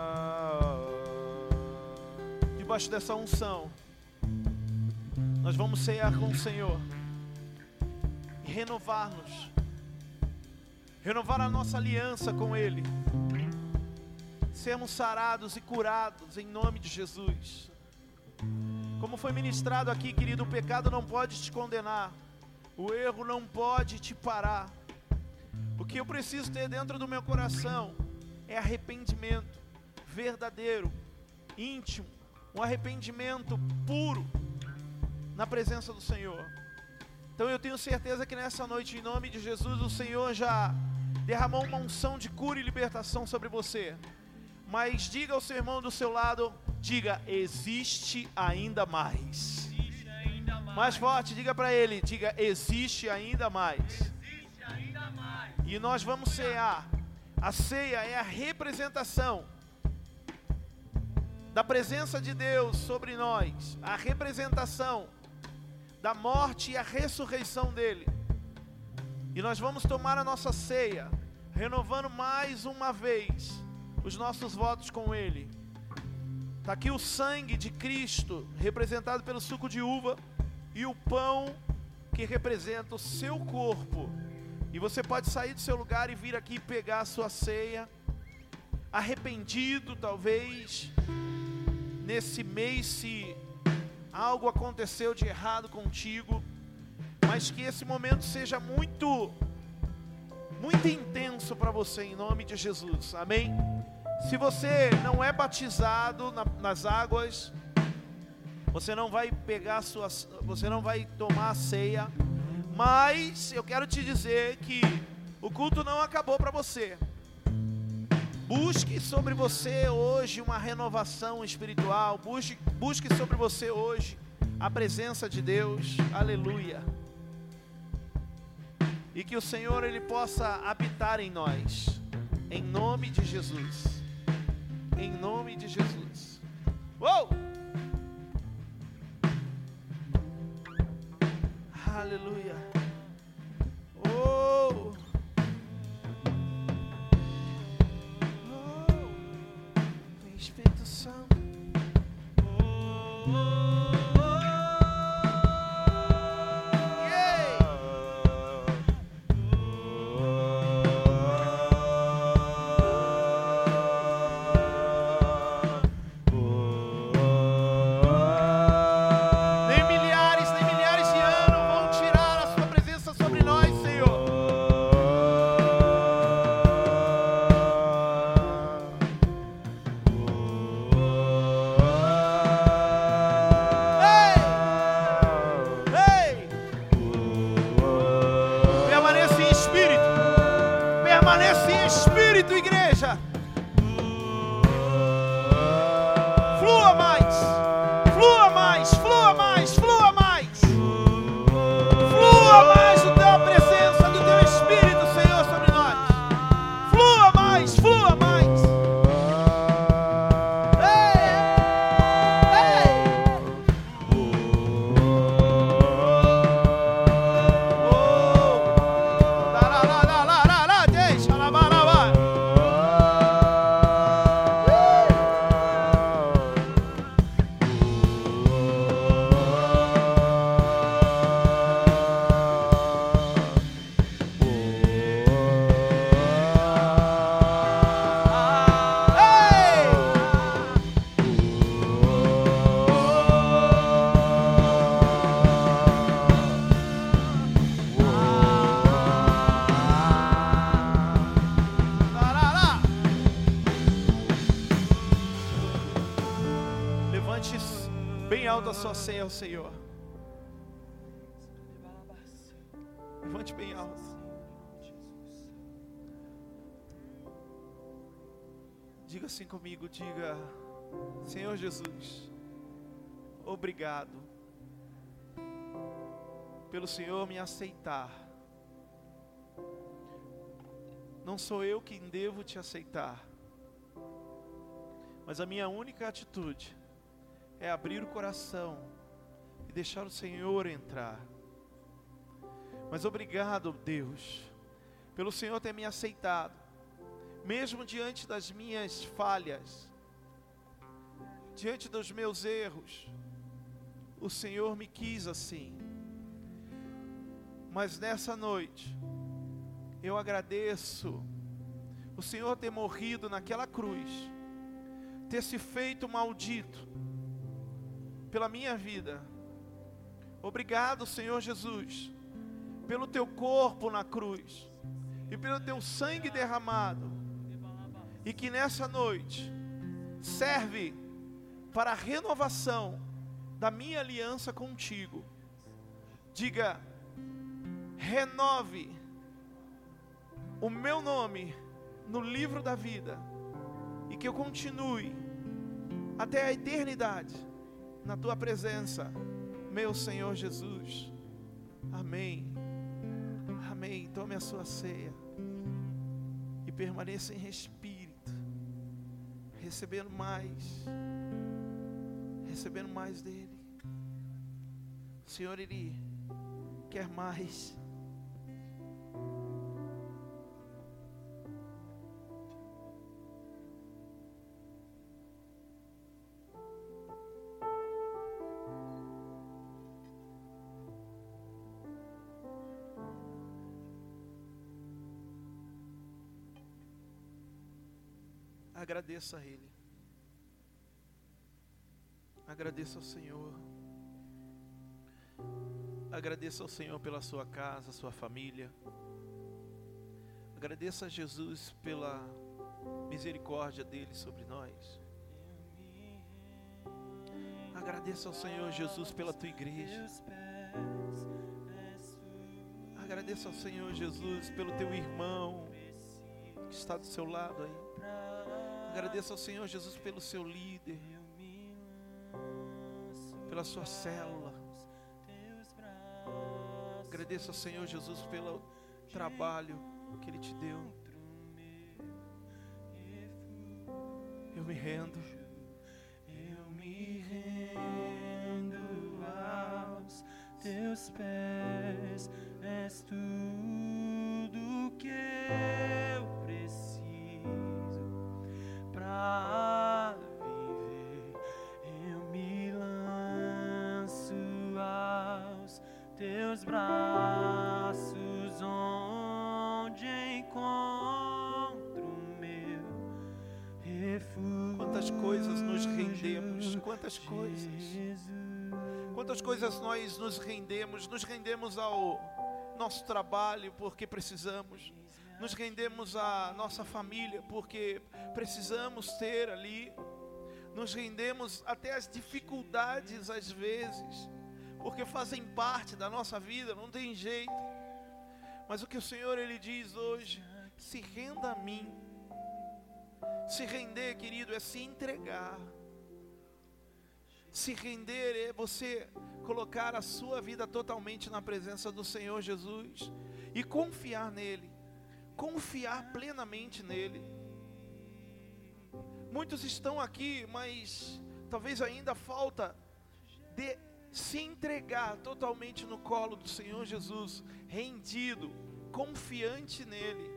Debaixo dessa unção, nós vamos cear com o Senhor e renovar-nos. Renovar a nossa aliança com Ele. Sermos sarados e curados em nome de Jesus. Como foi ministrado aqui, querido, o pecado não pode te condenar. O erro não pode te parar. O que eu preciso ter dentro do meu coração é arrependimento verdadeiro, íntimo, um arrependimento puro na presença do Senhor. Então eu tenho certeza que nessa noite, em nome de Jesus, o Senhor já derramou uma unção de cura e libertação sobre você. Mas diga ao seu irmão do seu lado, diga, existe ainda mais. Existe ainda mais. Mais forte, diga para ele, diga, existe ainda mais. Existe ainda mais. E nós vamos cear. A ceia é a representação da presença de Deus sobre nós. A representação da morte e a ressurreição dele. E nós vamos tomar a nossa ceia, renovando mais uma vez os nossos votos com ele. Está aqui o sangue de Cristo, representado pelo suco de uva, e o pão que representa o seu corpo. E você pode sair do seu lugar e vir aqui pegar a sua ceia, arrependido talvez, nesse mês se algo aconteceu de errado contigo, mas que esse momento seja muito intenso para você, em nome de Jesus, amém? Se você não é batizado nas águas, você não vai pegar você não vai tomar a ceia, mas eu quero te dizer que o culto não acabou para você. Busque sobre você hoje uma renovação espiritual, busque sobre você hoje a presença de Deus, aleluia. E que o Senhor ele possa habitar em nós, em nome de Jesus, em nome de Jesus. Uou! Aleluia. Oh! Espírito Santo. Nem milhares de anos vão tirar a sua presença sobre nós, Senhor. Permanece em espírito, igreja. Flua mais, flua mais, flua mais, flua mais. Flua mais da presença do teu Espírito, Senhor, sobre nós. Flua mais, flua mais. A sua ceia ao Senhor. Levante bem alto. Diga assim comigo, diga: Senhor Jesus, obrigado pelo Senhor me aceitar. Não sou eu quem devo te aceitar, mas a minha única atitude é abrir o coração e deixar o Senhor entrar. Mas obrigado, Deus, pelo Senhor ter me aceitado, mesmo diante das minhas falhas, diante dos meus erros. O Senhor me quis assim. Mas nessa noite, eu agradeço o Senhor ter morrido naquela cruz, ter se feito maldito pela minha vida. Obrigado, Senhor Jesus, pelo teu corpo na cruz e pelo teu sangue derramado, e que nessa noite serve para a renovação da minha aliança contigo. Diga: renove o meu nome no livro da vida, e que eu continue até a eternidade na tua presença, meu Senhor Jesus. Amém. Amém. Tome a sua ceia e permaneça em espírito, recebendo mais dele. O Senhor, Ele quer mais. Agradeça a Ele. Agradeça ao Senhor. Agradeça ao Senhor pela sua casa, sua família. Agradeça a Jesus pela misericórdia dele sobre nós. Agradeça ao Senhor Jesus pela tua igreja. Agradeça ao Senhor Jesus pelo teu irmão que está do seu lado aí. Agradeça ao Senhor Jesus pelo seu líder, pela sua célula. Agradeça ao Senhor Jesus pelo trabalho que Ele te deu. Eu me rendo. Eu me rendo aos teus pés. És tudo que eu preciso pra viver. Eu me lanço aos teus braços, onde encontro meu refúgio. Quantas coisas nos rendemos, quantas coisas nós nos rendemos ao nosso trabalho porque precisamos, nos rendemos à nossa família porque precisamos ter ali, nos rendemos até às dificuldades às vezes, porque fazem parte da nossa vida, não tem jeito. Mas o que o Senhor Ele diz hoje: se renda a mim. Se render, querido, é se entregar. Se render é você colocar a sua vida totalmente na presença do Senhor Jesus e confiar nele, confiar plenamente nele. Muitos estão aqui, mas talvez ainda falta de se entregar totalmente no colo do Senhor Jesus, rendido, confiante nele,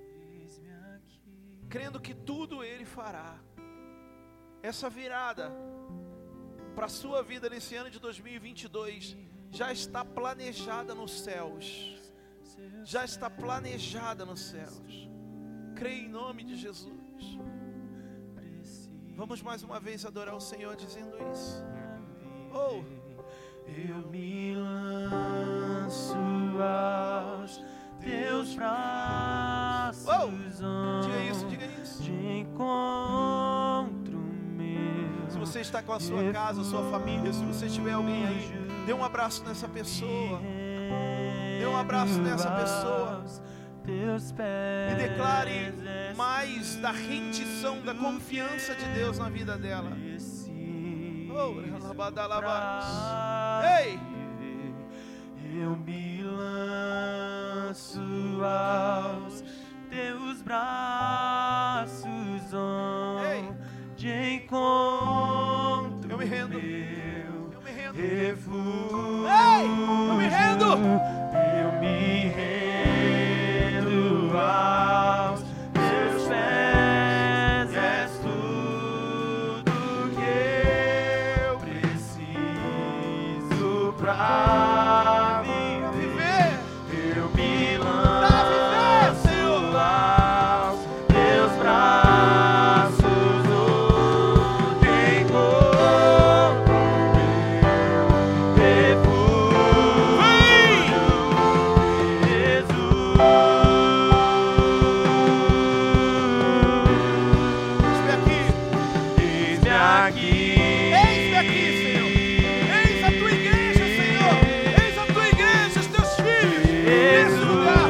crendo que tudo Ele fará. Essa virada para a sua vida nesse ano de 2022 já está planejada nos céus. Já está planejada nos céus. Creia em nome de Jesus. Vamos mais uma vez adorar o Senhor dizendo isso. Oh, eu me lanço aos teus braços. Oh, diga isso. De encontro meu. Se você está com a sua casa, a sua família, se você tiver alguém aí, dê um abraço nessa pessoa. Dê um abraço nessa pessoa. E declare mais da rendição, da confiança de Deus na vida dela. Oh, ei! Eu me eu me rendo aos teus pés. És tudo que eu preciso pra viver. Eu me lanço aos teus braços, onde encontro meu refúgio, Jesus. Eis-me aqui. Eis-me aqui. Eis-me aqui, Senhor. Eis a tua igreja, Senhor. Eis a tua igreja, os teus filhos. Nesse lugar,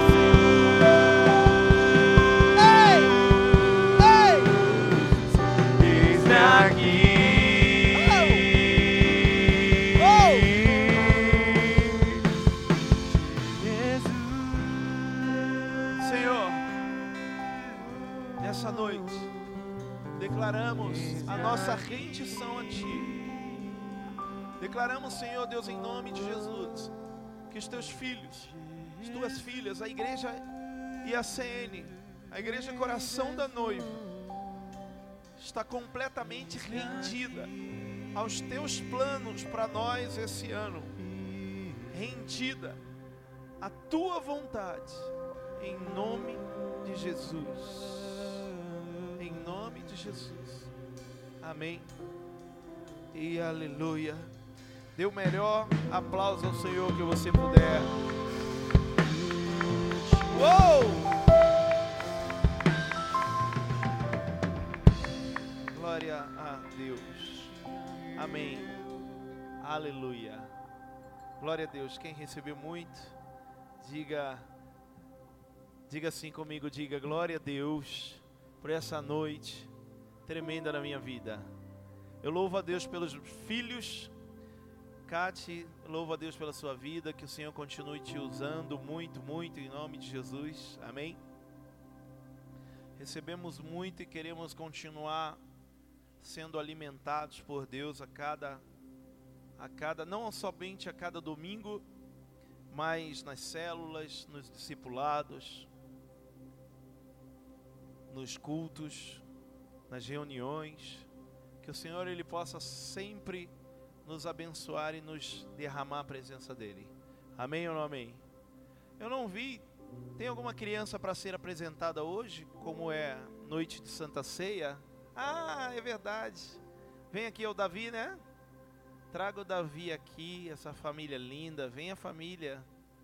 Senhor. Ei! Eis-me aqui. Senhor, nessa noite, declaramos a nossa rendição a Ti. Declaramos, Senhor Deus, em nome de Jesus, que os Teus filhos, as Tuas filhas, a igreja IACN, a igreja Coração da Noiva, está completamente rendida aos Teus planos para nós esse ano. Rendida à Tua vontade, em nome de Jesus. Em nome de Jesus. Amém. E aleluia. Dê o melhor aplauso ao Senhor que você puder. Uou! Glória a Deus. Amém. Aleluia. Glória a Deus. Quem recebeu muito, diga assim comigo, diga glória a Deus por essa noite tremenda na minha vida. Eu louvo a Deus pelos filhos. Cate, louvo a Deus pela sua vida, que o Senhor continue te usando muito, muito, em nome de Jesus, amém? Recebemos muito e queremos continuar sendo alimentados por Deus a cada, não somente a cada domingo, mas nas células, nos discipulados, nos cultos, nas reuniões, que o Senhor Ele possa sempre nos abençoar e nos derramar a presença dEle. Amém ou não amém? Eu não vi, tem alguma criança para ser apresentada hoje, como é noite de Santa Ceia? Ah, é verdade. Vem aqui o Davi, né? Traga o Davi aqui, essa família linda. Vem a família.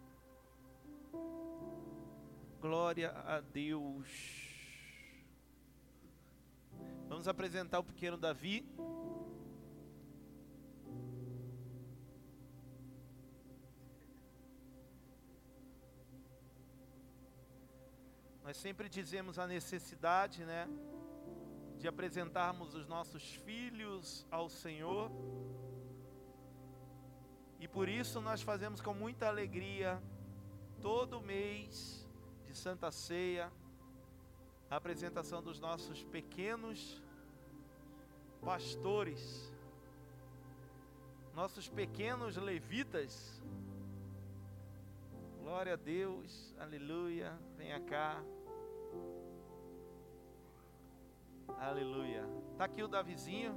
Glória a Deus. Vamos apresentar o pequeno Davi. Nós sempre dizemos a necessidade, né, de apresentarmos os nossos filhos ao Senhor. E por isso nós fazemos com muita alegria, todo mês de Santa Ceia, a apresentação dos nossos pequenos pastores, nossos pequenos levitas. Glória a Deus, aleluia, venha cá. Aleluia. Tá aqui o Davizinho.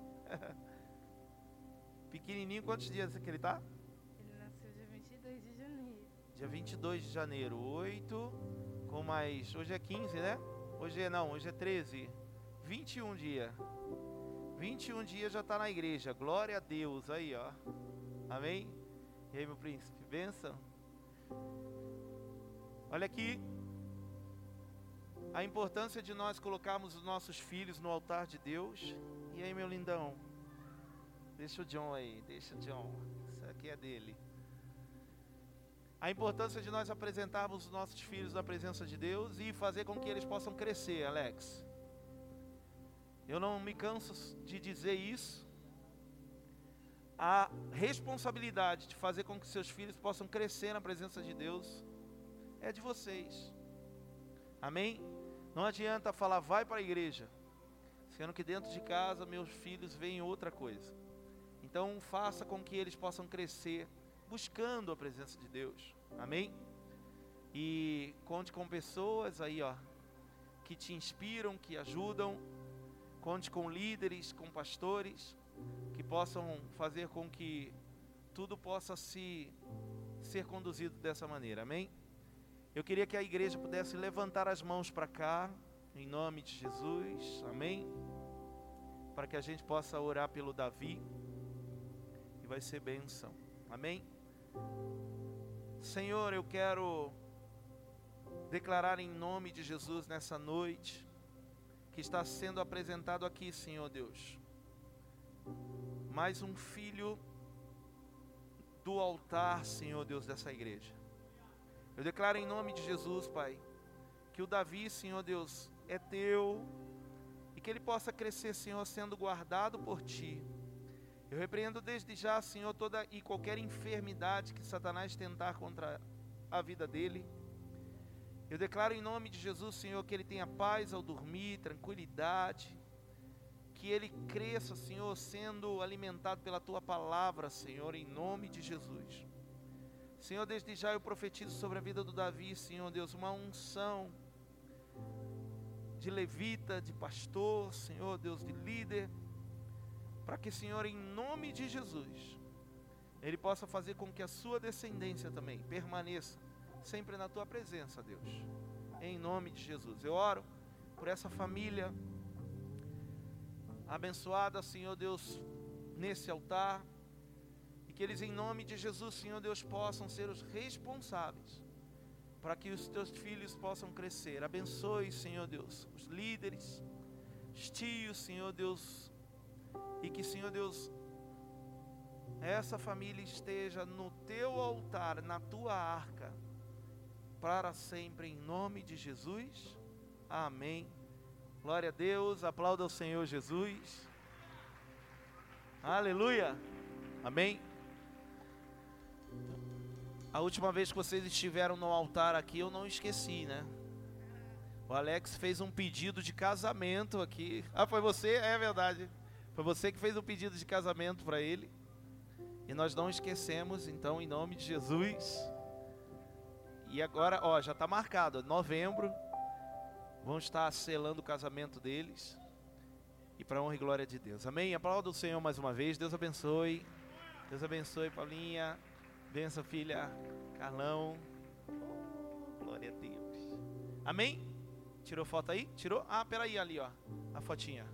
Pequenininho, quantos dias que ele tá? Ele nasceu dia 22 de janeiro. Dia 22 de janeiro, 8, com mais, hoje é 15, né? Hoje é 13, 21 dias. 21 dias já está na igreja, glória a Deus, aí ó. Amém? E aí meu príncipe, bênção. Olha aqui, a importância de nós colocarmos os nossos filhos no altar de Deus. E aí meu lindão, deixa o John aí, deixa o John, isso aqui é dele. A importância de nós apresentarmos os nossos filhos na presença de Deus e fazer com que eles possam crescer, Alex. Eu não me canso de dizer isso. A responsabilidade de fazer com que seus filhos possam crescer na presença de Deus é de vocês. Amém? Não adianta falar, vai para a igreja, sendo que dentro de casa meus filhos veem outra coisa. Então faça com que eles possam crescer buscando a presença de Deus, amém? E conte com pessoas aí, ó, que te inspiram, que ajudam. Conte com líderes, com pastores, que possam fazer com que tudo possa ser conduzido dessa maneira, amém? Eu queria que a igreja pudesse levantar as mãos para cá, em nome de Jesus, amém? Para que a gente possa orar pelo Davi, e vai ser bênção, amém? Senhor, eu quero declarar em nome de Jesus nessa noite, que está sendo apresentado aqui, Senhor Deus, mais um filho do altar, Senhor Deus, dessa igreja. Eu declaro em nome de Jesus, Pai, que o Davi, Senhor Deus, é teu, e que ele possa crescer, Senhor, sendo guardado por Ti. Eu repreendo desde já, Senhor, toda e qualquer enfermidade que Satanás tentar contra a vida dele. Eu declaro em nome de Jesus, Senhor, que ele tenha paz ao dormir, tranquilidade, que ele cresça, Senhor, sendo alimentado pela Tua palavra, Senhor, em nome de Jesus. Senhor, desde já eu profetizo sobre a vida do Davi, Senhor Deus, uma unção de levita, de pastor, Senhor Deus, de líder, para que, Senhor, em nome de Jesus, ele possa fazer com que a sua descendência também permaneça sempre na Tua presença, Deus, em nome de Jesus. Eu oro por essa família abençoada, Senhor Deus, nesse altar, e que eles, em nome de Jesus, Senhor Deus, possam ser os responsáveis para que os Teus filhos possam crescer. Abençoe, Senhor Deus, os líderes, os tios, Senhor Deus, e que, Senhor Deus, essa família esteja no Teu altar, na Tua arca, para sempre, em nome de Jesus, amém. Glória a Deus, aplauda o Senhor Jesus, aleluia, amém. A última vez que vocês estiveram no altar aqui, eu não esqueci, né? O Alex fez um pedido de casamento aqui. Ah, foi você? É verdade, foi você que fez o pedido de casamento para ele, e nós não esquecemos, então, em nome de Jesus. E agora, ó, já está marcado, novembro, vão estar selando o casamento deles, e para a honra e glória de Deus, amém? Aplauda o Senhor mais uma vez. Deus abençoe, Paulinha, benção, filha, Carlão, glória a Deus, amém? Tirou foto aí? Tirou? Ah, peraí, ali, ó, a fotinha.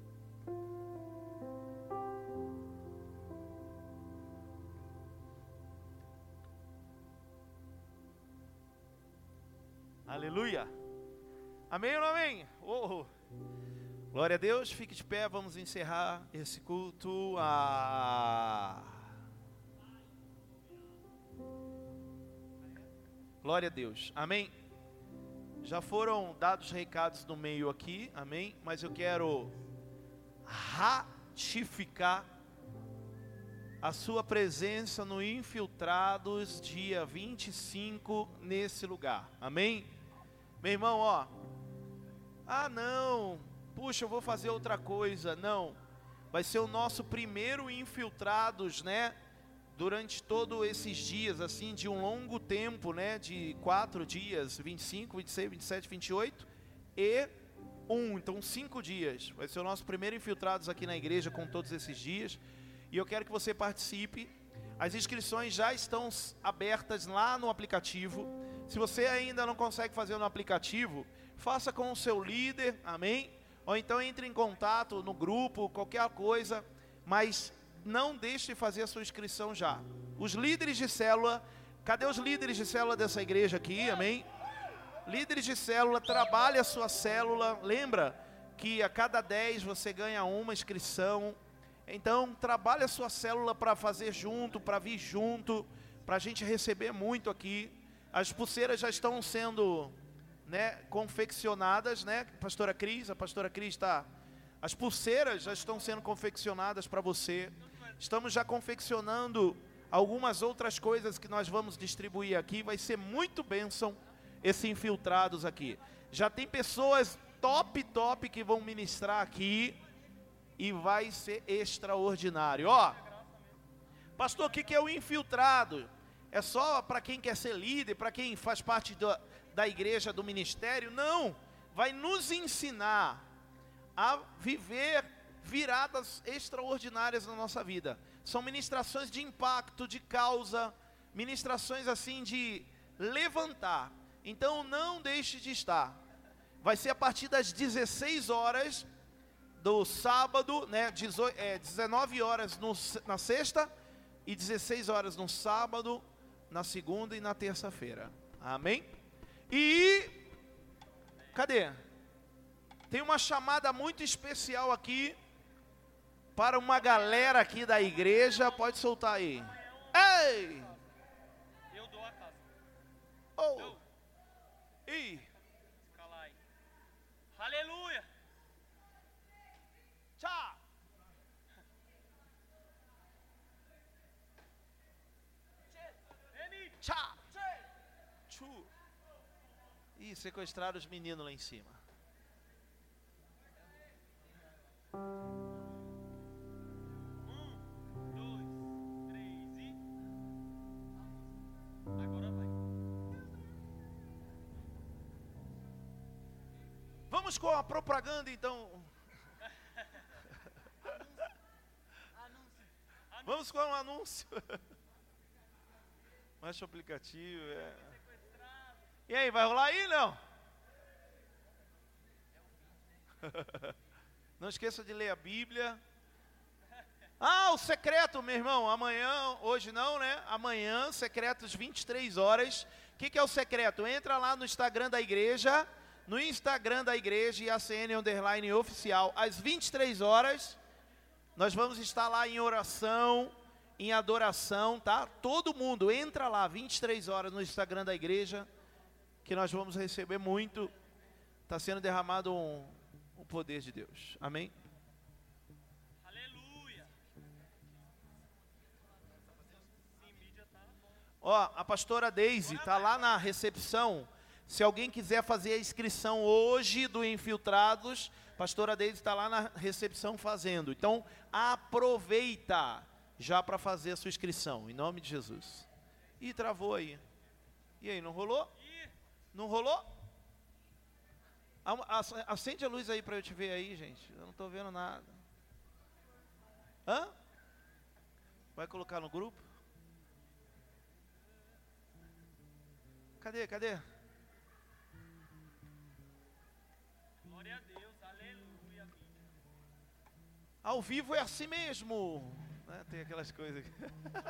Aleluia, amém ou não amém? Oh. Glória a Deus, fique de pé, vamos encerrar esse culto. Glória a Deus, amém. Já foram dados recados no meio aqui, amém. Mas eu quero ratificar a sua presença no Infiltrados, dia 25, nesse lugar, amém. Meu irmão, ó, ah não, puxa, eu vou fazer outra coisa. Não, vai ser o nosso primeiro Infiltrados, né, durante todos esses dias, assim, de um longo tempo, né, de 4 dias, 25, 26, 27, 28 e 1, então 5 dias, vai ser o nosso primeiro Infiltrados aqui na igreja com todos esses dias, e eu quero que você participe. As inscrições já estão abertas lá no aplicativo. Se você ainda não consegue fazer no aplicativo, faça com o seu líder, amém? Ou então entre em contato no grupo, qualquer coisa, mas não deixe de fazer a sua inscrição já. Os líderes de célula, cadê os líderes de célula dessa igreja aqui, amém? Líderes de célula, trabalhe a sua célula, lembra que a cada 10 você ganha uma inscrição. Então trabalhe a sua célula para fazer junto, para vir junto, para a gente receber muito aqui. As pulseiras já estão sendo, né, confeccionadas, né, a pastora Cris está. As pulseiras já estão sendo confeccionadas para você. Estamos já confeccionando algumas outras coisas que nós vamos distribuir aqui. Vai ser muito bênção esse Infiltrados aqui. Já tem pessoas top que vão ministrar aqui e vai ser extraordinário. Ó, Pastor, o que é o infiltrado? É só para quem quer ser líder, para quem faz parte da igreja, do ministério? Não, vai nos ensinar a viver viradas extraordinárias na nossa vida. São ministrações de impacto, de causa, ministrações assim de levantar. Então não deixe de estar. Vai ser a partir das 16 horas do sábado, né? 19 horas na sexta e 16 horas no sábado, na segunda e na terça-feira. Amém? E cadê? Tem uma chamada muito especial aqui para uma galera aqui da igreja. Pode soltar aí. Ei! Eu dou a casa. Oh! Ih! Calai. Aleluia! Tchau! Tchau! Tchu! Ih, sequestraram os meninos lá em cima. Agora vai. Vamos com a propaganda então. Vamos com um anúncio. Baixa o aplicativo. E aí, vai rolar aí não? Não esqueça de ler a Bíblia. Ah, o secreto, meu irmão, amanhã, hoje não, né? Amanhã, secretos 23 horas. O que é o secreto? Entra lá no Instagram da igreja, IACN_oficial, às 23 horas, nós vamos estar lá em oração, em adoração, tá? Todo mundo, entra lá, 23 horas no Instagram da igreja, que nós vamos receber muito, está sendo derramado o poder de Deus, amém? Ó, a pastora Deise está lá na recepção. Se alguém quiser fazer a inscrição hoje do Infiltrados, a pastora Deise está lá na recepção fazendo. Então, aproveita já para fazer a sua inscrição, em nome de Jesus. Ih, travou aí. E aí, não rolou? Não rolou? Acende a luz aí para eu te ver aí, gente. Eu não estou vendo nada. Hã? Vai colocar no grupo? Cadê? Glória a Deus, aleluia. Ao vivo é assim mesmo, né? Tem aquelas coisas aqui.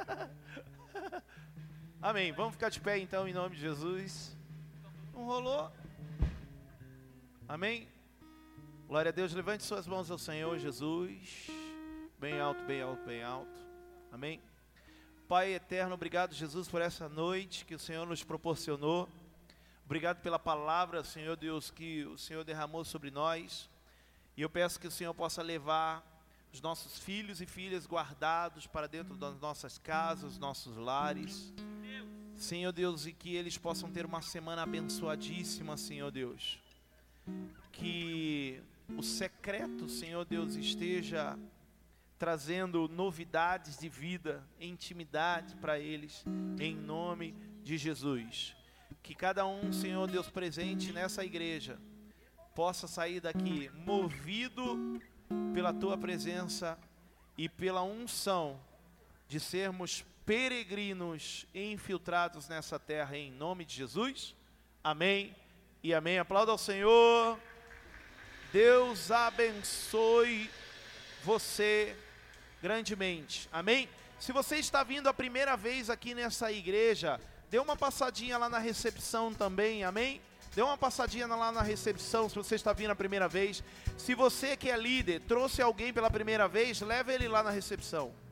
Amém, vamos ficar de pé então em nome de Jesus. Não rolou? Amém? Glória a Deus, levante suas mãos ao Senhor Jesus. Bem alto, bem alto, bem alto. Amém? Pai eterno, obrigado, Jesus, por essa noite que o Senhor nos proporcionou. Obrigado pela palavra, Senhor Deus, que o Senhor derramou sobre nós. E eu peço que o Senhor possa levar os nossos filhos e filhas guardados para dentro das nossas casas, nossos lares. Senhor Deus, e que eles possam ter uma semana abençoadíssima, Senhor Deus. Que o secreto, Senhor Deus, esteja trazendo novidades de vida, intimidade para eles, em nome de Jesus. Que cada um, Senhor Deus, presente nessa igreja, possa sair daqui movido pela Tua presença e pela unção de sermos peregrinos e infiltrados nessa terra, em nome de Jesus. Amém e amém. Aplauda ao Senhor. Deus abençoe você grandemente, amém? Se você está vindo a primeira vez aqui nessa igreja, dê uma passadinha lá na recepção também, amém? Dê uma passadinha lá na recepção se você está vindo a primeira vez. Se você que é líder, trouxe alguém pela primeira vez, leve ele lá na recepção.